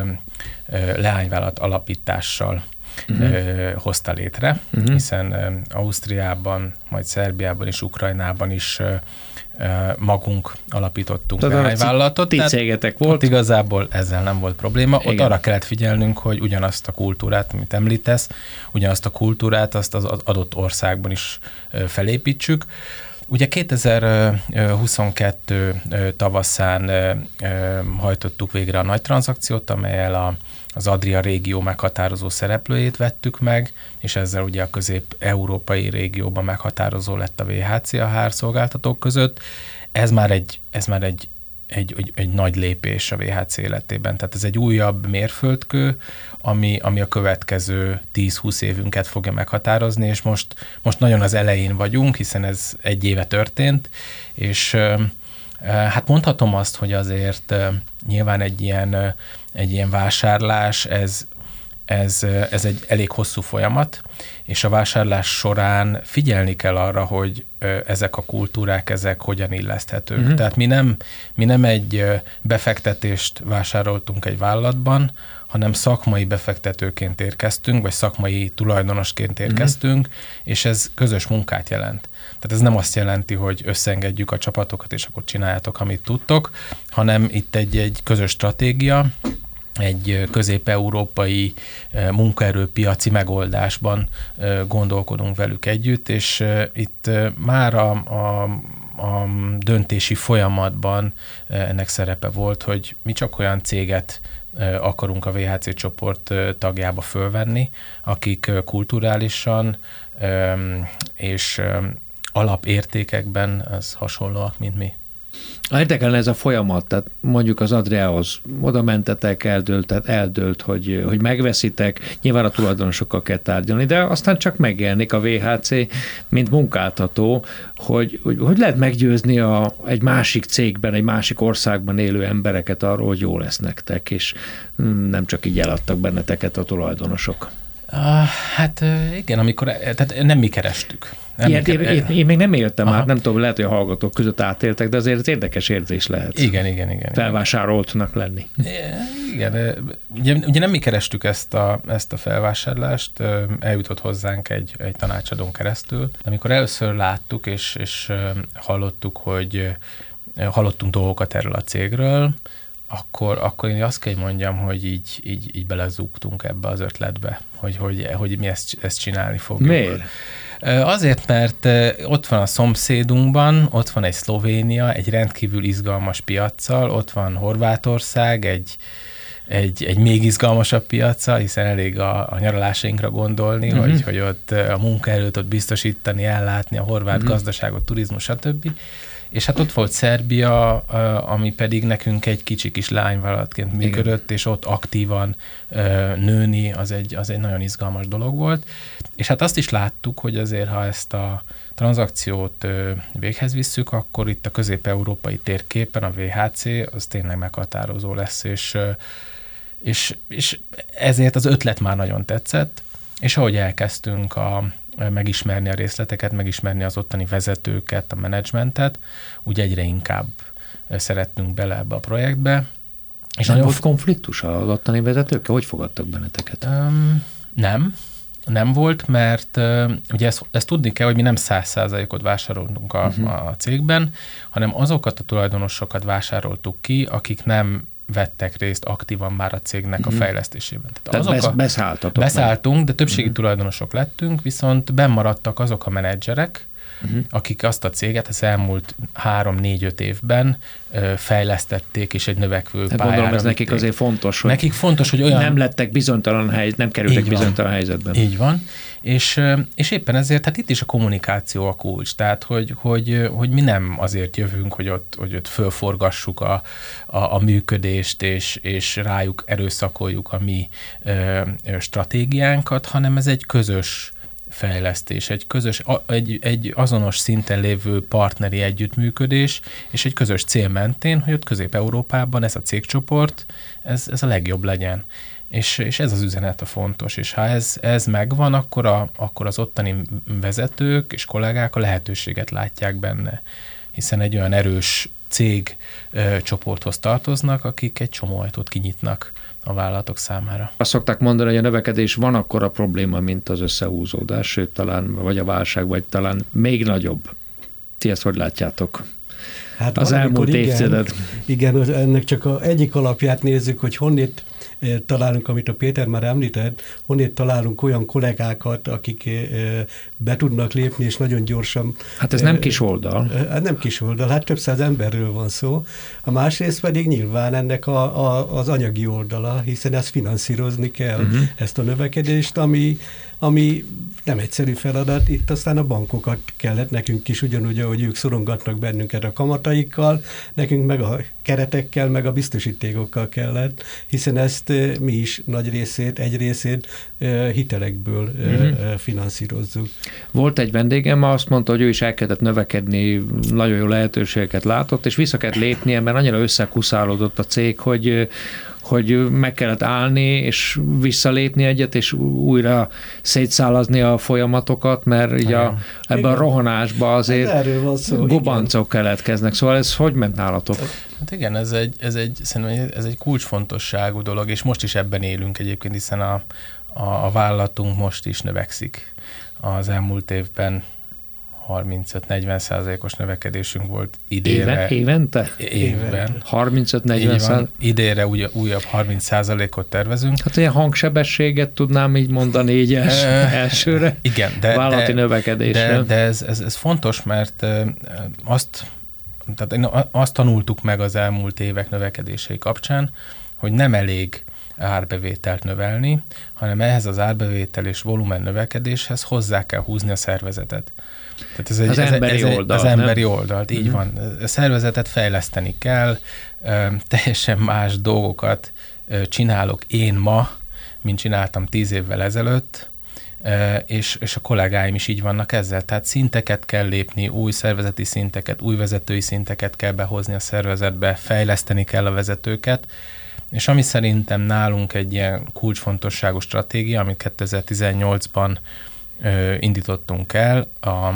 ö, leányvállalat alapítással uh-huh. ö, hozta létre, uh-huh. hiszen ö, Ausztriában, majd Szerbiában és Ukrajnában is ö, ö, magunk alapítottunk tehát leányvállalatot. Ti cégetek volt. Ott igazából ezzel nem volt probléma. Igen. Ott arra kellett figyelnünk, hogy ugyanazt a kultúrát, amit említesz, ugyanazt a kultúrát azt az adott országban is ö, felépítsük. Ugye kétezer-huszonkettő tavaszán hajtottuk végre a nagy tranzakciót, amellyel a, az Adria régió meghatározó szereplőjét vettük meg, és ezzel ugye a közép-európai régióban meghatározó lett a vé há cé a há er szolgáltatók között. Ez már egy, ez már egy Egy, egy, egy nagy lépés a vé há cé életében. Tehát ez egy újabb mérföldkő, ami, ami a következő tíz-húsz évünket fogja meghatározni, és most, most nagyon az elején vagyunk, hiszen ez egy éve történt, és hát mondhatom azt, hogy azért nyilván egy ilyen, egy ilyen vásárlás, ez, ez, ez egy elég hosszú folyamat, és a vásárlás során figyelni kell arra, hogy ezek a kultúrák, ezek hogyan illeszthetők. Uh-huh. Tehát mi nem, mi nem egy befektetést vásároltunk egy vállalatban, hanem szakmai befektetőként érkeztünk, vagy szakmai tulajdonosként érkeztünk, uh-huh. és ez közös munkát jelent. Tehát ez nem azt jelenti, hogy összeengedjük a csapatokat, és akkor csináljátok, amit tudtok, hanem itt egy, egy közös stratégia, egy közép-európai munkaerőpiaci megoldásban gondolkodunk velük együtt, és itt már a, a, a döntési folyamatban ennek szerepe volt, hogy mi csak olyan céget akarunk a vé há cé csoport tagjába fölvenni, akik kulturálisan és alapértékekben az hasonlóak, mint mi. Érdekelne ez a folyamat, tehát mondjuk az Adriához oda mentetek, eldőlt, tehát eldőlt, hogy, hogy megveszitek, nyilván a tulajdonosokkal kell tárgyalni, de aztán csak megjelenik a vé há cé, mint munkáltató, hogy, hogy, hogy lehet meggyőzni a, egy másik cégben, egy másik országban élő embereket arról, hogy jó lesz nektek, és nem csak így eladtak benneteket a tulajdonosok. Uh, hát igen, amikor, tehát nem mi kerestük. Nem Ilyet, én, én, én még nem éltem át, nem tudom, lehet, hogy a hallgatók között átéltek, de azért ez érdekes érzés lehet. Igen, igen, igen. Felvásároltnak lenni. Igen, ugye, ugye nem mi kerestük ezt a, ezt a felvásárlást, eljutott hozzánk egy, egy tanácsadón keresztül. De amikor először láttuk, és, és hallottuk, hogy hallottunk dolgokat erről a cégről, akkor, akkor én azt kell mondjam, hogy így, így, így belezúgtunk ebbe az ötletbe, hogy, hogy, hogy mi ezt, ezt csinálni fogjuk. Miért? Azért, mert ott van a szomszédunkban, ott van egy Szlovénia, egy rendkívül izgalmas piaccal, ott van Horvátország, egy, egy, egy még izgalmasabb piaca, hiszen elég a, a nyaralásainkra gondolni, uh-huh. hogy, hogy ott a munkaerőt ott biztosítani, ellátni a horvát uh-huh. gazdaságot, turizmus, stb. És hát ott volt Szerbia, ami pedig nekünk egy kicsi kis lányvállalatként működött, és ott aktívan nőni, az egy, az egy nagyon izgalmas dolog volt. És hát azt is láttuk, hogy azért, ha ezt a tranzakciót véghez visszük, akkor itt a közép-európai térképen a vé há cé az tényleg meghatározó lesz, és, és, és ezért az ötlet már nagyon tetszett, és ahogy elkezdtünk a megismerni a részleteket, megismerni az ottani vezetőket, a menedzsmentet, úgy egyre inkább szerettünk bele ebbe a projektbe. És nem volt konfliktus az ottani vezetőkkel? Hogy fogadtak benneteket? Um, nem. Nem volt, mert uh, ugye ezt, ezt tudni kell, hogy mi nem száz százalékot vásároltunk a, uh-huh. a cégben, hanem azokat a tulajdonosokat vásároltuk ki, akik nem vettek részt aktívan már a cégnek uh-huh. a fejlesztésében. Tehát, Tehát besz, beszálltatok. Beszálltunk, de többségi uh-huh. tulajdonosok lettünk, viszont bennmaradtak azok a menedzserek, uh-huh. akik azt a céget az elmúlt három-négy-öt évben ö, fejlesztették, és egy növekvő hát pályára gondolom, ez vitték. nekik azért fontos, hogy nekik fontos, hogy olyan... nem lettek bizonytalan helyzet, nem kerültek bizonytalan helyzetben. Így van. És, és éppen ezért, hát itt is a kommunikáció a kulcs. Tehát, hogy, hogy, hogy mi nem azért jövünk, hogy ott, hogy ott fölforgassuk a, a, a működést, és, és rájuk erőszakoljuk a mi ö, stratégiánkat, hanem ez egy közös fejlesztés, egy közös, egy, egy azonos szinten lévő partneri együttműködés, és egy közös cél mentén, hogy ott Közép-Európában ez a cégcsoport, ez, ez a legjobb legyen. És, és ez az üzenet a fontos, és ha ez, ez megvan, akkor, a, akkor az ottani vezetők és kollégák a lehetőséget látják benne, hiszen egy olyan erős cég ö, csoporthoz tartoznak, akik egy csomó ajtót kinyitnak a vállalatok számára. Azt szokták mondani, hogy a növekedés van akkora probléma, mint az összehúzódás, sőt talán, vagy a válság, vagy talán még nagyobb. Ti ezt hogy látjátok? Hát az elmúlt igen, évtized. Igen, ennek csak a egyik alapját nézzük, hogy honnét találunk, amit a Péter már említett, honnét találunk olyan kollégákat, akik be tudnak lépni, és nagyon gyorsan... Hát ez nem kis oldal. Hát nem kis oldal, hát több száz emberről van szó. A másrészt pedig nyilván ennek a, a, az anyagi oldala, hiszen ezt finanszírozni kell, uh-huh. ezt a növekedést, ami, ami nem egyszerű feladat. Itt aztán a bankokat kellett, nekünk is ugyanúgy, ahogy ők szorongatnak bennünket a kamataikkal, nekünk meg a keretekkel, meg a biztosítékokkal kellett, hiszen ezt mi is nagy részét, egy részét hitelekből uh-huh. finanszírozzuk. Volt egy vendégem, azt mondta, hogy ő is elkezdett növekedni, nagyon jó lehetőségeket látott, és vissza kellett lépnie, mert annyira összekuszálódott a cég, hogy hogy meg kellett állni, és visszalépni egyet, és újra szétszálazni a folyamatokat, mert így a, ebben a rohanásban azért hát szó, gobancok igen. keletkeznek. Szóval ez hogy ment nálatok? Hát igen, ez egy, ez egy, szerintem ez egy kulcsfontosságú dolog, és most is ebben élünk egyébként, hiszen a, a, a vállalatunk most is növekszik. Az elmúlt évben harmincöt-negyven százalékos növekedésünk volt idére. Éve, évente? Évben. harmincöt-negyven százalék? Idére új, újabb harminc százalékot tervezünk. Hát ilyen hangsebességet tudnám így mondani így els, elsőre. Igen, de, vállalati de, növekedésre. De, de ez, ez, ez fontos, mert azt, tehát azt tanultuk meg az elmúlt évek növekedései kapcsán, hogy nem elég árbevételt növelni, hanem ehhez az árbevétel és volumen növekedéshez hozzá kell húzni a szervezetet. Tehát ez egy, az ez emberi egy, oldal, az emberi nem? oldalt, így uh-huh. van. A szervezetet fejleszteni kell, teljesen más dolgokat csinálok én ma, mint csináltam tíz évvel ezelőtt, és, és a kollégáim is így vannak ezzel. Tehát szinteket kell lépni, új szervezeti szinteket, új vezetői szinteket kell behozni a szervezetbe, fejleszteni kell a vezetőket, és ami szerintem nálunk egy ilyen kulcsfontosságú stratégia, amit kétezer-tizennyolcban ö, indítottunk el, a,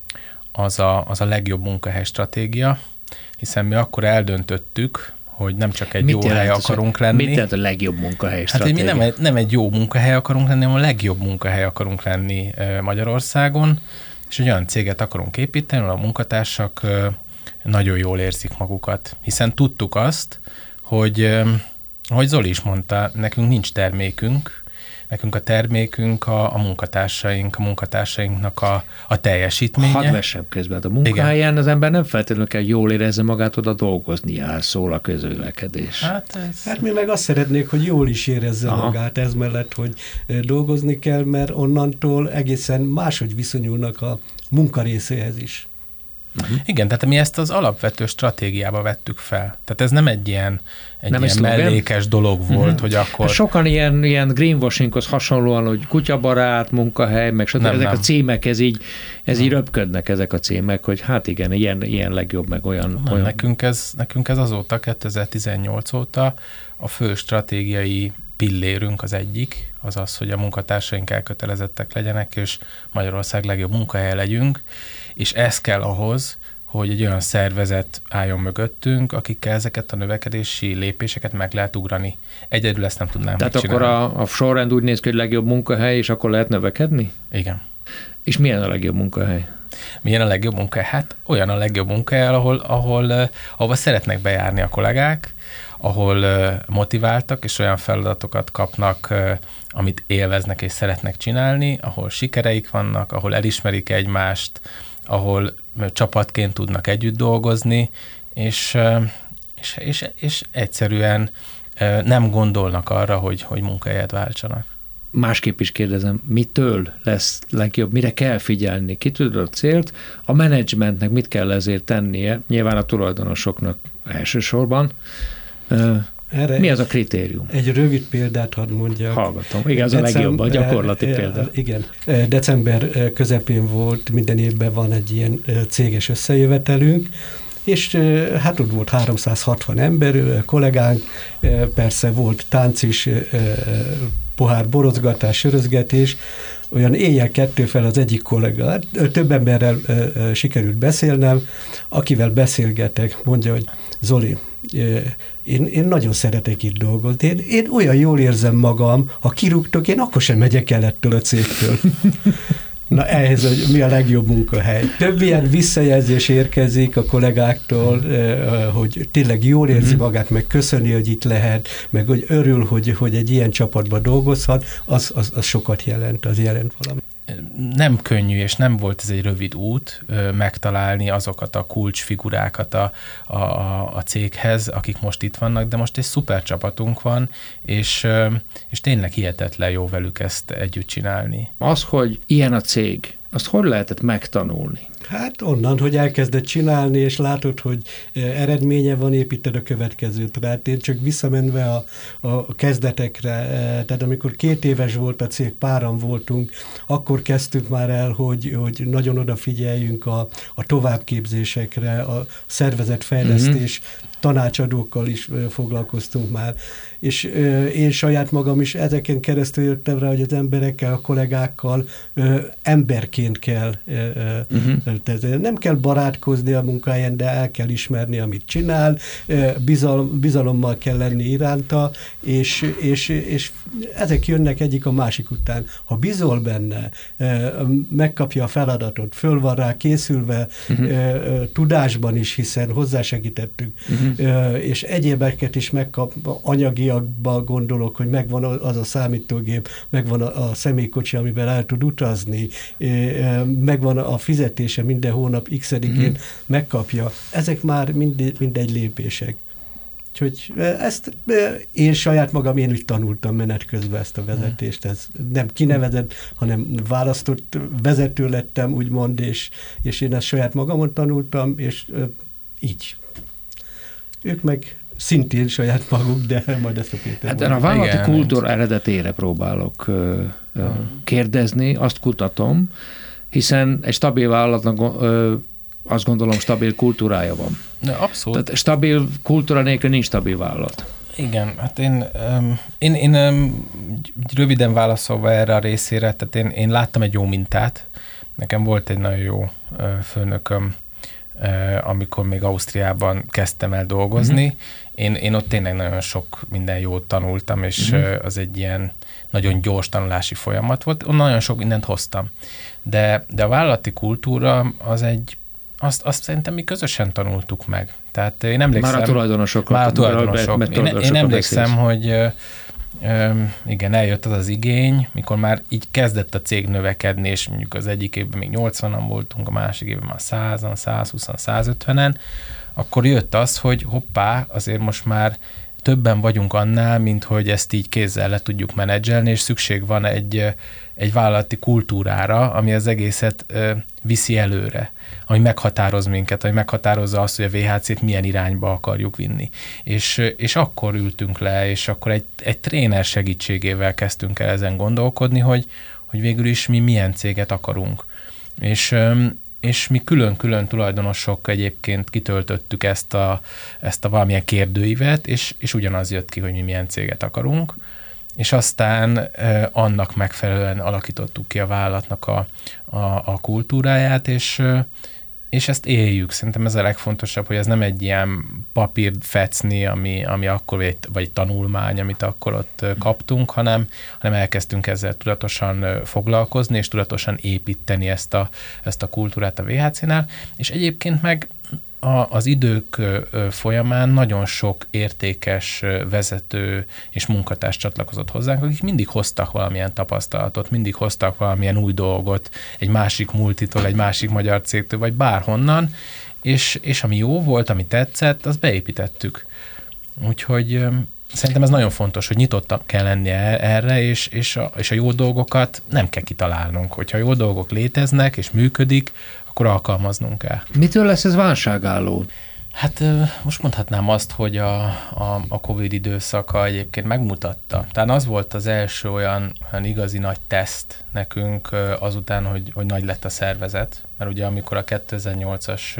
az, a, az a legjobb munkahely stratégia, hiszen mi akkor eldöntöttük, hogy nem csak egy mit jó hely akarunk lenni. Mit jelent a legjobb munkahely hát, stratégia? Hát mi nem, nem egy jó munkahely akarunk lenni, hanem a legjobb munkahely akarunk lenni Magyarországon, és egy olyan céget akarunk építeni, ahol a munkatársak nagyon jól érzik magukat. Hiszen tudtuk azt, hogy, ahogy Zoli is mondta, nekünk nincs termékünk, nekünk a termékünk a, a munkatársaink, a munkatársainknak a, a teljesítménye. Hadd vessem közben. A munkahelyen igen. Az ember nem feltétlenül kell jól érezze magát, oda dolgozni jár, szól a közvélekedés. Hát, ez... hát mi meg azt szeretnék, hogy jól is érezze Aha. magát ez mellett, hogy dolgozni kell, mert onnantól egészen máshogy viszonyulnak a munka részéhez is. Uh-huh. Igen, tehát mi ezt az alapvető stratégiába vettük fel. Tehát ez nem egy ilyen, egy nem ilyen mellékes dolog volt, uh-huh. hogy akkor... Sokan ilyen, ilyen greenwashinghoz hasonlóan, hogy kutyabarát, munkahely, meg stb. Ezek nem. a címek, ez így, ez így röpködnek ezek a címek, hogy hát igen, ilyen, ilyen legjobb, meg olyan... Nem, olyan... Nekünk, ez, nekünk ez azóta, kétezer-tizennyolc óta a fő stratégiai pillérünk az egyik, az az, hogy a munkatársaink elkötelezettek legyenek, és Magyarország legjobb munkahelye legyünk, és ez kell ahhoz, hogy egy olyan szervezet álljon mögöttünk, akikkel ezeket a növekedési lépéseket meg lehet ugrani. Egyedül ezt nem tudnám Tehát megcsinálni. akkor a, a sorrend úgy néz ki, hogy legjobb munkahely, és akkor lehet növekedni? Igen. És milyen a legjobb munkahely? Milyen a legjobb munkahely? Hát olyan a legjobb munkahely, ahol, ahol, ahol szeretnek bejárni a kollégák, ahol motiváltak, és olyan feladatokat kapnak, amit élveznek és szeretnek csinálni, ahol sikereik vannak, ahol elismerik egymást, ahol csapatként tudnak együtt dolgozni, és, és, és, és egyszerűen nem gondolnak arra, hogy, hogy munkahelyet váltsanak. Másképp is kérdezem, mitől lesz legjobb, mire kell figyelni, ki tudod a célt, a menedzsmentnek mit kell ezért tennie, nyilván a tulajdonosoknak elsősorban. Erre mi az a kritérium? Egy rövid példát hadd mondjak. Hallgatom. Igen, az Decem- a legjobb, a gyakorlati e, példa. Igen. December közepén volt, minden évben van egy ilyen céges összejövetelünk, és hát ott volt háromszázhatvan ember, kollégánk, persze volt tánc is, pohár borozgatás, sörözgetés, olyan éjjel kettő fel az egyik kollega, több emberrel sikerült beszélnem, akivel beszélgetek, mondja, hogy Zoli, Én, én nagyon szeretek itt dolgozni. Én, én olyan jól érzem magam, ha kirúgtok, én akkor sem megyek el ettől a cégtől. Na ehhez, hogy mi a legjobb munkahely. Több ilyen visszajelzés érkezik a kollégáktól, hogy tényleg jól érzi magát, meg köszöni, hogy itt lehet, meg hogy örül, hogy, hogy egy ilyen csapatban dolgozhat, az, az, az sokat jelent, az jelent valami. Nem könnyű, és nem volt ez egy rövid út ö, megtalálni azokat a kulcsfigurákat a, a, a céghez, akik most itt vannak, de most egy szuper csapatunk van, és, ö, és tényleg hihetetlen jó velük ezt együtt csinálni. Az, hogy ilyen a cég, azt hogy lehetett megtanulni? Hát onnan, hogy elkezded csinálni, és látod, hogy eredménye van, építed a következőt. Tehát én csak visszamenve a, a kezdetekre, tehát amikor két éves volt a cég, páran voltunk, akkor kezdtük már el, hogy, hogy nagyon odafigyeljünk a, a továbbképzésekre, a szervezetfejlesztés, mm-hmm. tanácsadókkal is foglalkoztunk már, és ö, én saját magam is ezeken keresztül jöttem rá, hogy az emberekkel, a kollégákkal ö, emberként kell ö, uh-huh. nem kell barátkozni a munkahelyen, de el kell ismerni, amit csinál, ö, bizalom, bizalommal kell lenni iránta, és, és, és ezek jönnek egyik a másik után. Ha bizol benne, ö, megkapja a feladatot, föl van rá készülve, uh-huh. ö, tudásban is, hiszen hozzásegítettük, uh-huh. ö, és egyébeket is megkap, anyagiakba gondolok, hogy megvan az a számítógép, megvan a, a személykocsi, amivel el tud utazni, megvan a fizetése minden hónap x-edikén mm-hmm. megkapja. Ezek már mind, mindegy lépések. Úgyhogy ezt én saját magam, én úgy tanultam menet közben ezt a vezetést. Ez nem kinevezett, hanem választott vezető lettem, úgymond, és, és én ezt saját magamon tanultam, és így. Ők meg szintén saját maguk, de majd ezt a Péter hát a vállalati kultúra eredetére próbálok ö, ö, kérdezni, azt kutatom, hiszen egy stabil vállalatnak ö, azt gondolom stabil kultúrája van. De abszolút. Tehát stabil kultúra nélkül nincs stabil vállalat. Igen, hát én, um, én, én um, röviden válaszolva erre a részére, tehát én, én láttam egy jó mintát. Nekem volt egy nagyon jó uh, főnököm, uh, amikor még Ausztriában kezdtem el dolgozni. Mm-hmm. Én, én ott tényleg nagyon sok minden jót tanultam, és mm-hmm. uh, az egy ilyen nagyon gyors tanulási folyamat volt. Onnan nagyon sok mindent hoztam. De, de a vállalati kultúra az egy, azt, azt szerintem mi közösen tanultuk meg. Tehát én emlékszem... Már a tulajdonosok. Már a tulajdonosok. Mert, mert én, én emlékszem, beszélsz. hogy ö, ö, igen, eljött az az igény, mikor már így kezdett a cég növekedni, és mondjuk az egyik évben még nyolcvanan voltunk, a másik évben már százan, százhúszan, százötvenen, akkor jött az, hogy hoppá, azért most már többen vagyunk annál, mint hogy ezt így kézzel le tudjuk menedzselni, és szükség van egy, egy vállalati kultúrára, ami az egészet ö, viszi előre, ami meghatároz minket, ami meghatározza azt, hogy a vé há cét milyen irányba akarjuk vinni. És, és akkor ültünk le, és akkor egy, egy tréner segítségével kezdtünk el ezen gondolkodni, hogy, hogy végül is mi milyen céget akarunk. És ö, és mi külön-külön tulajdonosok egyébként kitöltöttük ezt a, ezt a valamilyen kérdőívet, és, és ugyanaz jött ki, hogy mi milyen céget akarunk, és aztán eh, annak megfelelően alakítottuk ki a vállalatnak a, a, a kultúráját, és, eh, és ezt éljük. Szerintem ez a legfontosabb, hogy ez nem egy ilyen papírfecni, ami, ami akkor, vagy, vagy tanulmány, amit akkor ott eh, kaptunk, hanem, hanem elkezdtünk ezzel tudatosan eh, foglalkozni, és tudatosan építeni ezt a, ezt a kultúrát a vé há cénál, és egyébként meg a, az idők folyamán nagyon sok értékes vezető és munkatárs csatlakozott hozzánk, akik mindig hoztak valamilyen tapasztalatot, mindig hoztak valamilyen új dolgot egy másik multitól, egy másik magyar cégtől, vagy bárhonnan, és, és ami jó volt, ami tetszett, azt beépítettük. Úgyhogy szerintem ez nagyon fontos, hogy nyitottak kell lenni erre, és, és, a, és a jó dolgokat nem kell kitalálnunk. Hogyha jó dolgok léteznek és működik, akkor alkalmaznunk kell. Mitől lesz ez válságálló? Hát most mondhatnám azt, hogy a, a, a Covid időszaka egyébként megmutatta. Tehát az volt az első olyan, olyan igazi nagy teszt nekünk azután, hogy, hogy nagy lett a szervezet. Mert ugye amikor a kétezer-nyolcas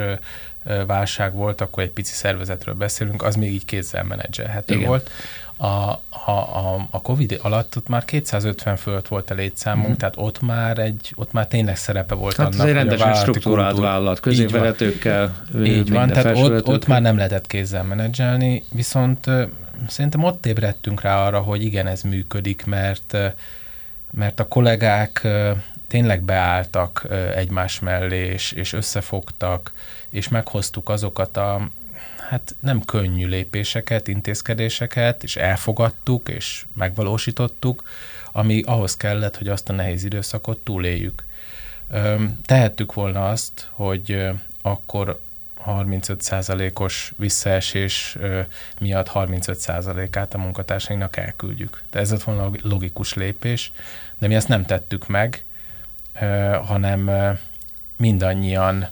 válság volt, akkor egy pici szervezetről beszélünk, az még így kézzel menedzselhető Igen. volt. A, a, a, a Covid alatt ott már kétszázötven fölött volt a létszámunk, mm-hmm. tehát ott már egy, ott már tényleg szerepe volt hát annak, hogy a rendesen struktúrált vállalat, középvezetőkkel. Így van, tehát ott, ott már nem lehetett kézzel menedzselni, viszont uh, szerintem ott ébredtünk rá arra, hogy igen, ez működik, mert, uh, mert a kollégák uh, tényleg beálltak egymás mellé, és, és összefogtak, és meghoztuk azokat a, hát nem könnyű lépéseket, intézkedéseket, és elfogadtuk, és megvalósítottuk, ami ahhoz kellett, hogy azt a nehéz időszakot túléljük. Tehettük volna azt, hogy akkor harmincöt százalékos visszaesés miatt harmincöt százalékát a munkatársainknak elküldjük. De ez lett volna a logikus lépés, de mi ezt nem tettük meg, hanem mindannyian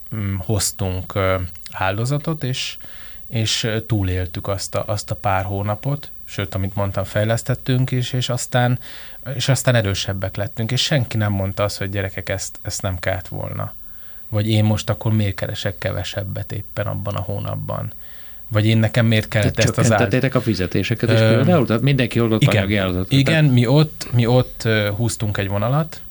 hoztunk áldozatot, és, és túléltük azt a, azt a pár hónapot, sőt, amit mondtam, fejlesztettünk is, és aztán, és aztán erősebbek lettünk, és senki nem mondta azt, hogy gyerekek, ezt, ezt nem kellett volna. Vagy én most akkor miért keresek kevesebbet éppen abban a hónapban. Vagy én nekem miért kellett Te ezt az áll... csökkentettétek a fizetéseket is például? Tehát mindenki oldott anyagi áldozatot. Igen, mi ott, mi ott húztunk egy vonalat,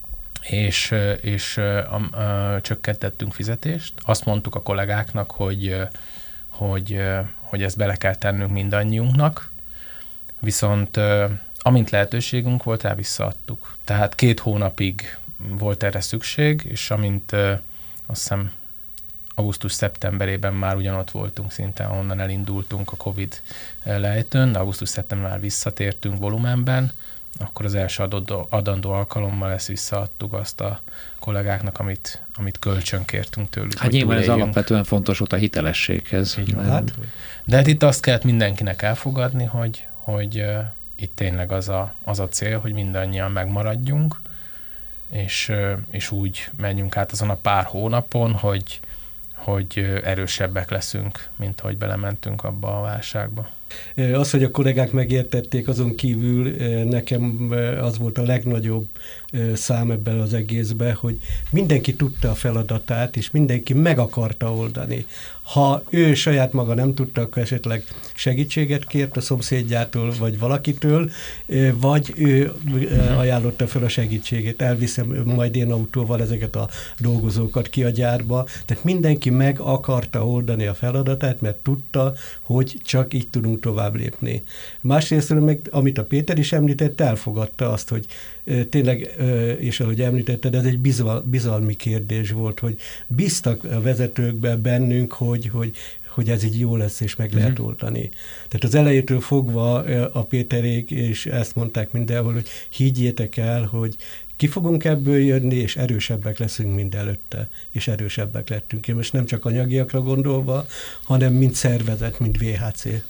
és, és a, a, csökkentettünk fizetést. Azt mondtuk a kollégáknak, hogy, hogy, hogy ezt bele kell tennünk mindannyiunknak, viszont amint lehetőségünk volt, rá visszaadtuk. Tehát két hónapig volt erre szükség, és amint azt hiszem augusztus-szeptemberében már ugyanott voltunk szinte, ahonnan elindultunk a Covid lejtőn, de augusztus-szeptember már visszatértünk volumenben, akkor az első adott, adandó alkalommal ezt visszaadtuk azt a kollégáknak, amit, amit kölcsön kértünk tőlük. Hát nyilván ez alapvetően fontos volt a hitelességhez. Hát, de hát itt azt kellett mindenkinek elfogadni, hogy, hogy uh, itt tényleg az a, az a cél, hogy mindannyian megmaradjunk, és, uh, és úgy menjünk át azon a pár hónapon, hogy, hogy erősebbek leszünk, mint ahogy belementünk abba a válságba. Az, hogy a kollégák megértették, azon kívül nekem az volt a legnagyobb szám ebben az egészben, hogy mindenki tudta a feladatát, és mindenki meg akarta oldani. Ha ő saját maga nem tudta, akkor esetleg segítséget kért a szomszédjától, vagy valakitől, vagy ő ajánlotta fel a segítségét. Elviszem majd én autóval ezeket a dolgozókat ki a gyárba. Tehát mindenki meg akarta oldani a feladatát, mert tudta, hogy csak így tudunk tovább lépni. Másrészt meg, amit a Péter is említett, elfogadta azt, hogy tényleg, és ahogy említetted, ez egy bizal, bizalmi kérdés volt, hogy bíztak a vezetőkben bennünk, hogy, hogy, hogy ez így jó lesz, és meg lehet oldani. Tehát az elejétől fogva a Péterék, és ezt mondták mindenhol, hogy higgyétek el, hogy ki fogunk ebből jönni, és erősebbek leszünk, mint előtte, és erősebbek lettünk. Én most nem csak anyagiakra gondolva, hanem mint szervezet, mint vé há cé.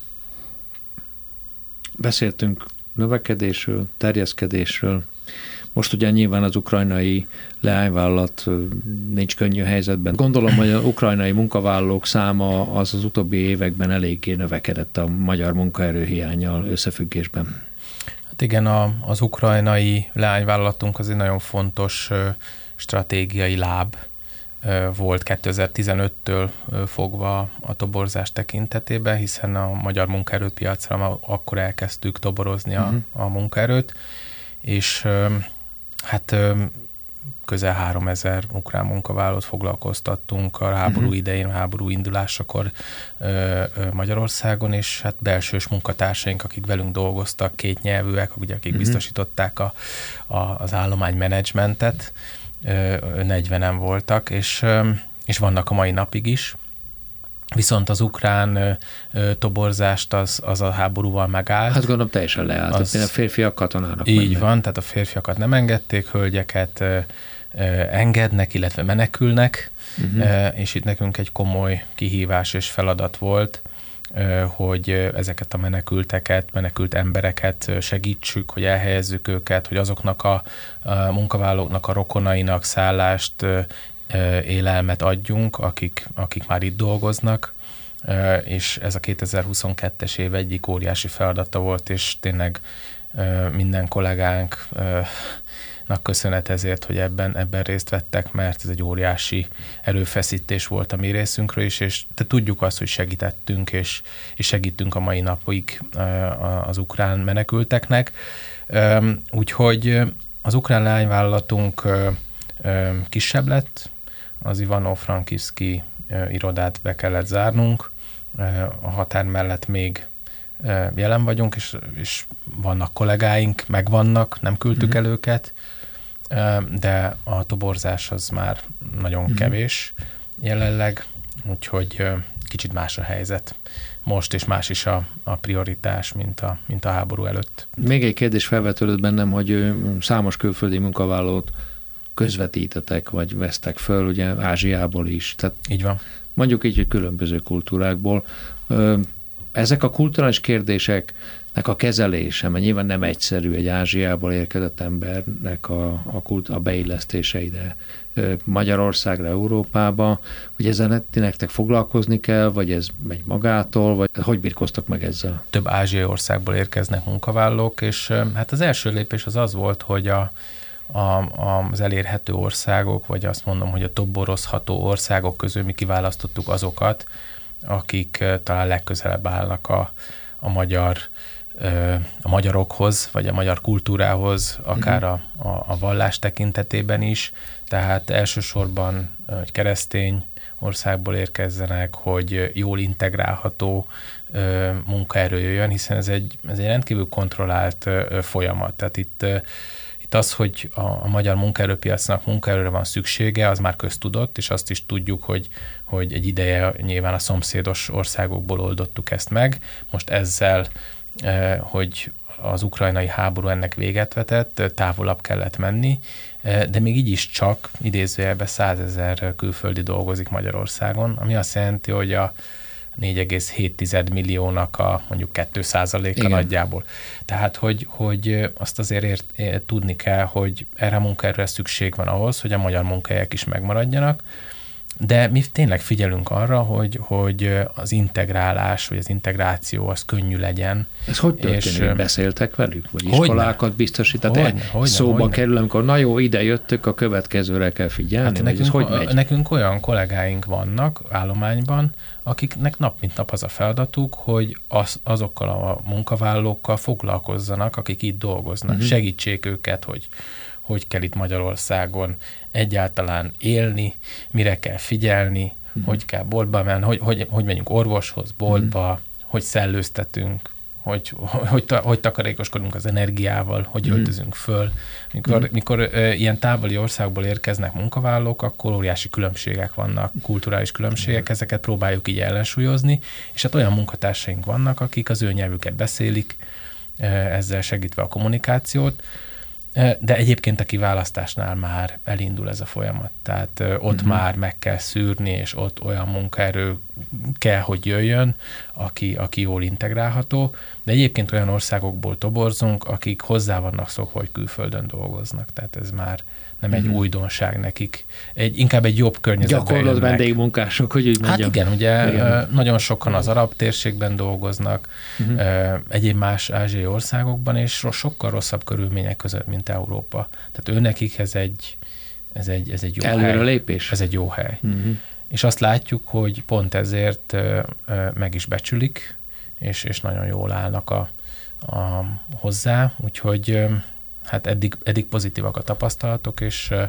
Beszéltünk növekedésről, terjeszkedésről. Most ugye nyilván az ukrajnai leányvállalat nincs könnyű helyzetben. Gondolom, hogy az ukrajnai munkavállalók száma az az utóbbi években eléggé növekedett a magyar munkaerőhiánnyal összefüggésben. Hát igen, a, az ukrajnai leányvállalatunk az egy nagyon fontos stratégiai láb volt kétezer-tizenöttől fogva a toborzás tekintetében, hiszen a magyar munkaerőpiacra akkor elkezdtük toborozni a, uh-huh. a munkaerőt, és hát közel háromezer ukrán munkavállalót foglalkoztattunk a háború uh-huh. idején, a háború indulásakor Magyarországon, és hát belsős munkatársaink, akik velünk dolgoztak, kétnyelvűek, akik uh-huh. biztosították a, a, az állománymenedzsmentet, negyvenen voltak, és, és vannak a mai napig is. Viszont az ukrán ö, toborzást az, az a háborúval megállt. Hát gondolom teljesen leállt. Az, a férfiak katonának így mennek. van, tehát a férfiakat nem engedték, hölgyeket ö, ö, engednek, illetve menekülnek, uh-huh. ö, és itt nekünk egy komoly kihívás és feladat volt, ö, hogy ezeket a menekülteket, menekült embereket segítsük, hogy elhelyezzük őket, hogy azoknak a, a munkavállalóknak, a rokonainak szállást, ö, élelmet adjunk, akik, akik már itt dolgoznak, és ez a kétezer-huszonkettes év egyik óriási feladata volt, és tényleg minden kollégánknak köszönet ezért, hogy ebben, ebben részt vettek, mert ez egy óriási erőfeszítés volt a mi részünkről is, és te tudjuk azt, hogy segítettünk, és, és segítünk a mai napig az ukrán menekülteknek. Úgyhogy az ukrán leányvállalatunk kisebb lett, az Ivano-Frankivszki irodát be kellett zárnunk, a határ mellett még jelen vagyunk, és, és vannak kollégáink, megvannak, nem küldtük el őket, de a toborzás az már nagyon mm-hmm. kevés jelenleg, úgyhogy kicsit más a helyzet most, és más is a, a prioritás, mint a, mint a háború előtt. Még egy kérdés felvetődött bennem, hogy számos külföldi munkavállalót közvetítetek, vagy vesztek föl, ugye Ázsiából is. Tehát így van. Mondjuk így, hogy különböző kultúrákból. Ezek a kulturális kérdéseknek a kezelése, mert nyilván nem egyszerű egy Ázsiából érkezett embernek a, a, kult, a beillesztése ide Magyarországra, Európába, hogy ezzel nektek foglalkozni kell, vagy ez megy magától, vagy hogy birkoztak meg ezzel? Több ázsiai országból érkeznek munkavállalók, és hát az első lépés az az volt, hogy a, a, az elérhető országok, vagy azt mondom, hogy a toborozható országok közül mi kiválasztottuk azokat, akik talán legközelebb állnak a, a magyar a magyarokhoz, vagy a magyar kultúrához, akár a, a, a vallás tekintetében is. Tehát elsősorban, hogy keresztény országból érkezzenek, hogy jól integrálható munkaerő jöjjön, hiszen ez egy, ez egy rendkívül kontrollált folyamat. Tehát itt, itt az, hogy a, a magyar munkaerőpiacnak munkaerőre van szüksége, az már köztudott, és azt is tudjuk, hogy, hogy egy ideje nyilván a szomszédos országokból oldottuk ezt meg. Most ezzel hogy az ukrajnai háború ennek véget vetett, távolabb kellett menni, de még így is csak idézőjelben százezer külföldi dolgozik Magyarországon, ami azt jelenti, hogy a négy egész hét milliónak a mondjuk két százaléka nagyjából. Tehát, hogy, hogy azt azért ért, ért, tudni kell, hogy erre a munkaerőre szükség van ahhoz, hogy a magyar munkahelyek is megmaradjanak, de mi tényleg figyelünk arra, hogy, hogy az integrálás, vagy az integráció az könnyű legyen. Ez hogy történik? És beszéltek velük? Vagy iskolákat biztosított? Szóba hogyne. Kerül, amikor na jó, ide jöttök, a következőre kell figyelni? Hát nekünk, hogy megy? Nekünk olyan kollégáink vannak állományban, akiknek nap mint nap az a feladatuk, hogy az, azokkal a munkavállalókkal foglalkozzanak, akik itt dolgoznak. Uh-huh. Segítsék őket, hogy hogy kell itt Magyarországon egyáltalán élni, mire kell figyelni, mm. hogy kell boltba menni, hogy, hogy, hogy megyünk orvoshoz, boltba, mm. hogy szellőztetünk, hogy, hogy, hogy takarékoskodunk az energiával, hogy mm. öltözünk föl. Mikor, mm. mikor uh, ilyen távoli országból érkeznek munkavállalók, akkor óriási különbségek vannak, kulturális különbségek, mm. ezeket próbáljuk így ellensúlyozni, és hát olyan munkatársaink vannak, akik az ő nyelvüket beszélik, uh, ezzel segítve a kommunikációt. De egyébként a kiválasztásnál már elindul ez a folyamat. Tehát ott uh-huh. már meg kell szűrni, és ott olyan munkaerő kell, hogy jöjjön, aki, aki jól integrálható. De egyébként olyan országokból toborzunk, akik hozzá vannak szokva, hogy külföldön dolgoznak. Tehát ez már nem egy uh-huh. újdonság nekik. Egy, inkább egy jobb környezetben gyakorlott vendégmunkások, hogy úgy mondjam. Hát igen, ugye igen. nagyon sokan az arab térségben dolgoznak, uh-huh. egyéb más ázsiai országokban, és sokkal rosszabb körülmények között, mint Európa. Tehát őnekik ez egy, ez egy, ez egy jó Előre hely. lépés. Ez egy jó hely. Uh-huh. És azt látjuk, hogy pont ezért meg is becsülik, és, és nagyon jól állnak a, a, hozzá, úgyhogy hát eddig, eddig pozitívak a tapasztalatok, és uh,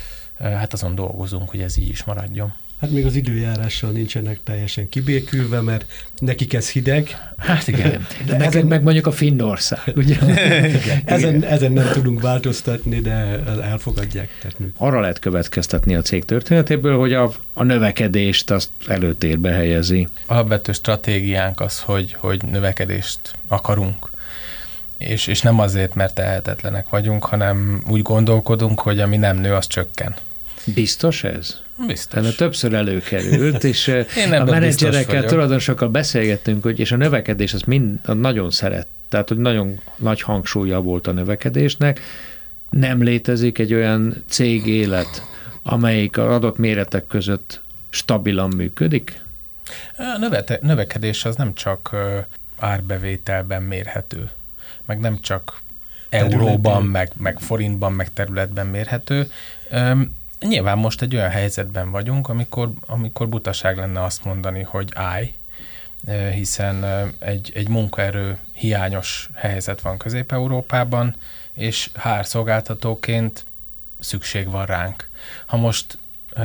hát azon dolgozunk, hogy ez így is maradjon. Hát még az időjárással nincsenek teljesen kibékülve, mert nekik ez hideg. Hát igen, de neked ezen, meg mondjuk a Finnország, ugye? igen, ezen, ezen nem tudunk változtatni, de elfogadják. Tehát arra lehet következtetni a cég történetéből, hogy a, a növekedést azt előtérbe helyezi. Alapvető stratégiánk az, hogy, hogy növekedést akarunk. És, és nem azért, mert tehetetlenek vagyunk, hanem úgy gondolkodunk, hogy ami nem nő, az csökken. Biztos ez? Biztos. Tehát többször előkerült, és a menedzserekkel, tulajdonosokkal beszélgettünk, hogy és a növekedés az mind nagyon szeret, tehát hogy nagyon nagy hangsúlya volt a növekedésnek. Nem létezik egy olyan cégélet, amelyik az adott méretek között stabilan működik? A növe- növekedés az nem csak árbevételben mérhető, meg nem csak euróban, meg, meg forintban, meg területben mérhető. Üm, nyilván most egy olyan helyzetben vagyunk, amikor, amikor butaság lenne azt mondani, hogy állj, hiszen egy, egy munkaerő hiányos helyzet van Közép-Európában, és há er szolgáltatóként szükség van ránk. Ha most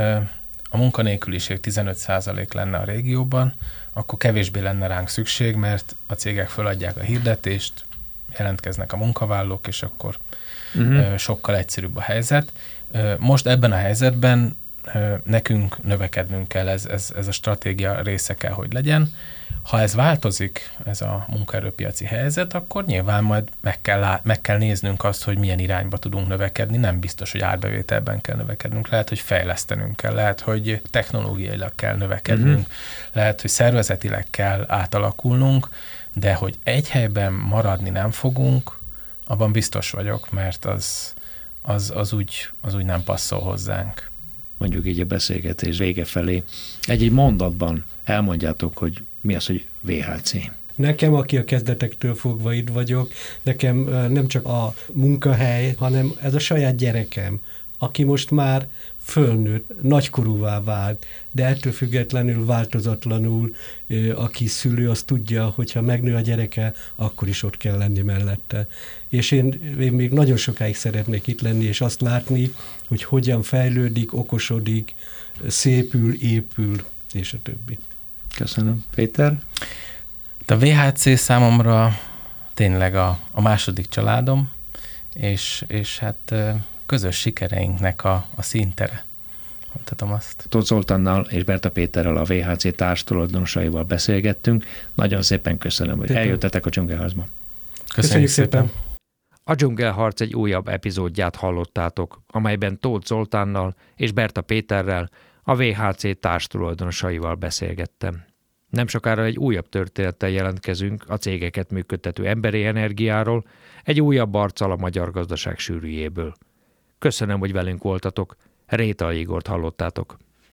a munkanélküliség tizenöt százalék lenne a régióban, akkor kevésbé lenne ránk szükség, mert a cégek föladják a hirdetést, jelentkeznek a munkavállalók, és akkor uh-huh. sokkal egyszerűbb a helyzet. Most ebben a helyzetben nekünk növekednünk kell, ez, ez, ez a stratégia része kell, hogy legyen. Ha ez változik, ez a munkaerőpiaci helyzet, akkor nyilván majd meg kell, lá- meg kell néznünk azt, hogy milyen irányba tudunk növekedni. Nem biztos, hogy árbevételben kell növekednünk, lehet, hogy fejlesztenünk kell, lehet, hogy technológiailag kell növekednünk, uh-huh. lehet, hogy szervezetileg kell átalakulnunk, de hogy egy helyben maradni nem fogunk, abban biztos vagyok, mert az, az, az, úgy, az úgy nem passzol hozzánk. Mondjuk így a beszélgetés vége felé. Egy-egy mondatban elmondjátok, hogy mi az, hogy vé há cé. Nekem, aki a kezdetektől fogva itt vagyok, nekem nem csak a munkahely, hanem ez a saját gyerekem, aki most már fölnőtt, nagykorúvá vált, de ettől függetlenül változatlanul, aki szülő, az tudja, hogyha megnő a gyereke, akkor is ott kell lenni mellette. És én, én még nagyon sokáig szeretnék itt lenni, és azt látni, hogy hogyan fejlődik, okosodik, szépül, épül, és a többi. Köszönöm. Péter? A vé há cé számomra tényleg a, a második családom, és, és hát közös sikereinknek a, a színtere. Mondhatom azt. Tóth Zoltánnal és Berta Péterrel, a vé há cé társtulajdonosaival beszélgettünk. Nagyon szépen köszönöm, hogy eljöttetek a Dzsungelharcba. Köszönjük, Köszönjük szépen. szépen. A Dzsungelharc egy újabb epizódját hallottátok, amelyben Tóth Zoltánnal és Berta Péterrel, a vé há cé társtulajdonosaival beszélgettem. Nem sokára egy újabb történettel jelentkezünk a cégeket működtető emberi energiáról, egy újabb arccal a magyar gazdaság sűrűjéből. Köszönöm, hogy velünk voltatok. Rétai Igort hallottátok.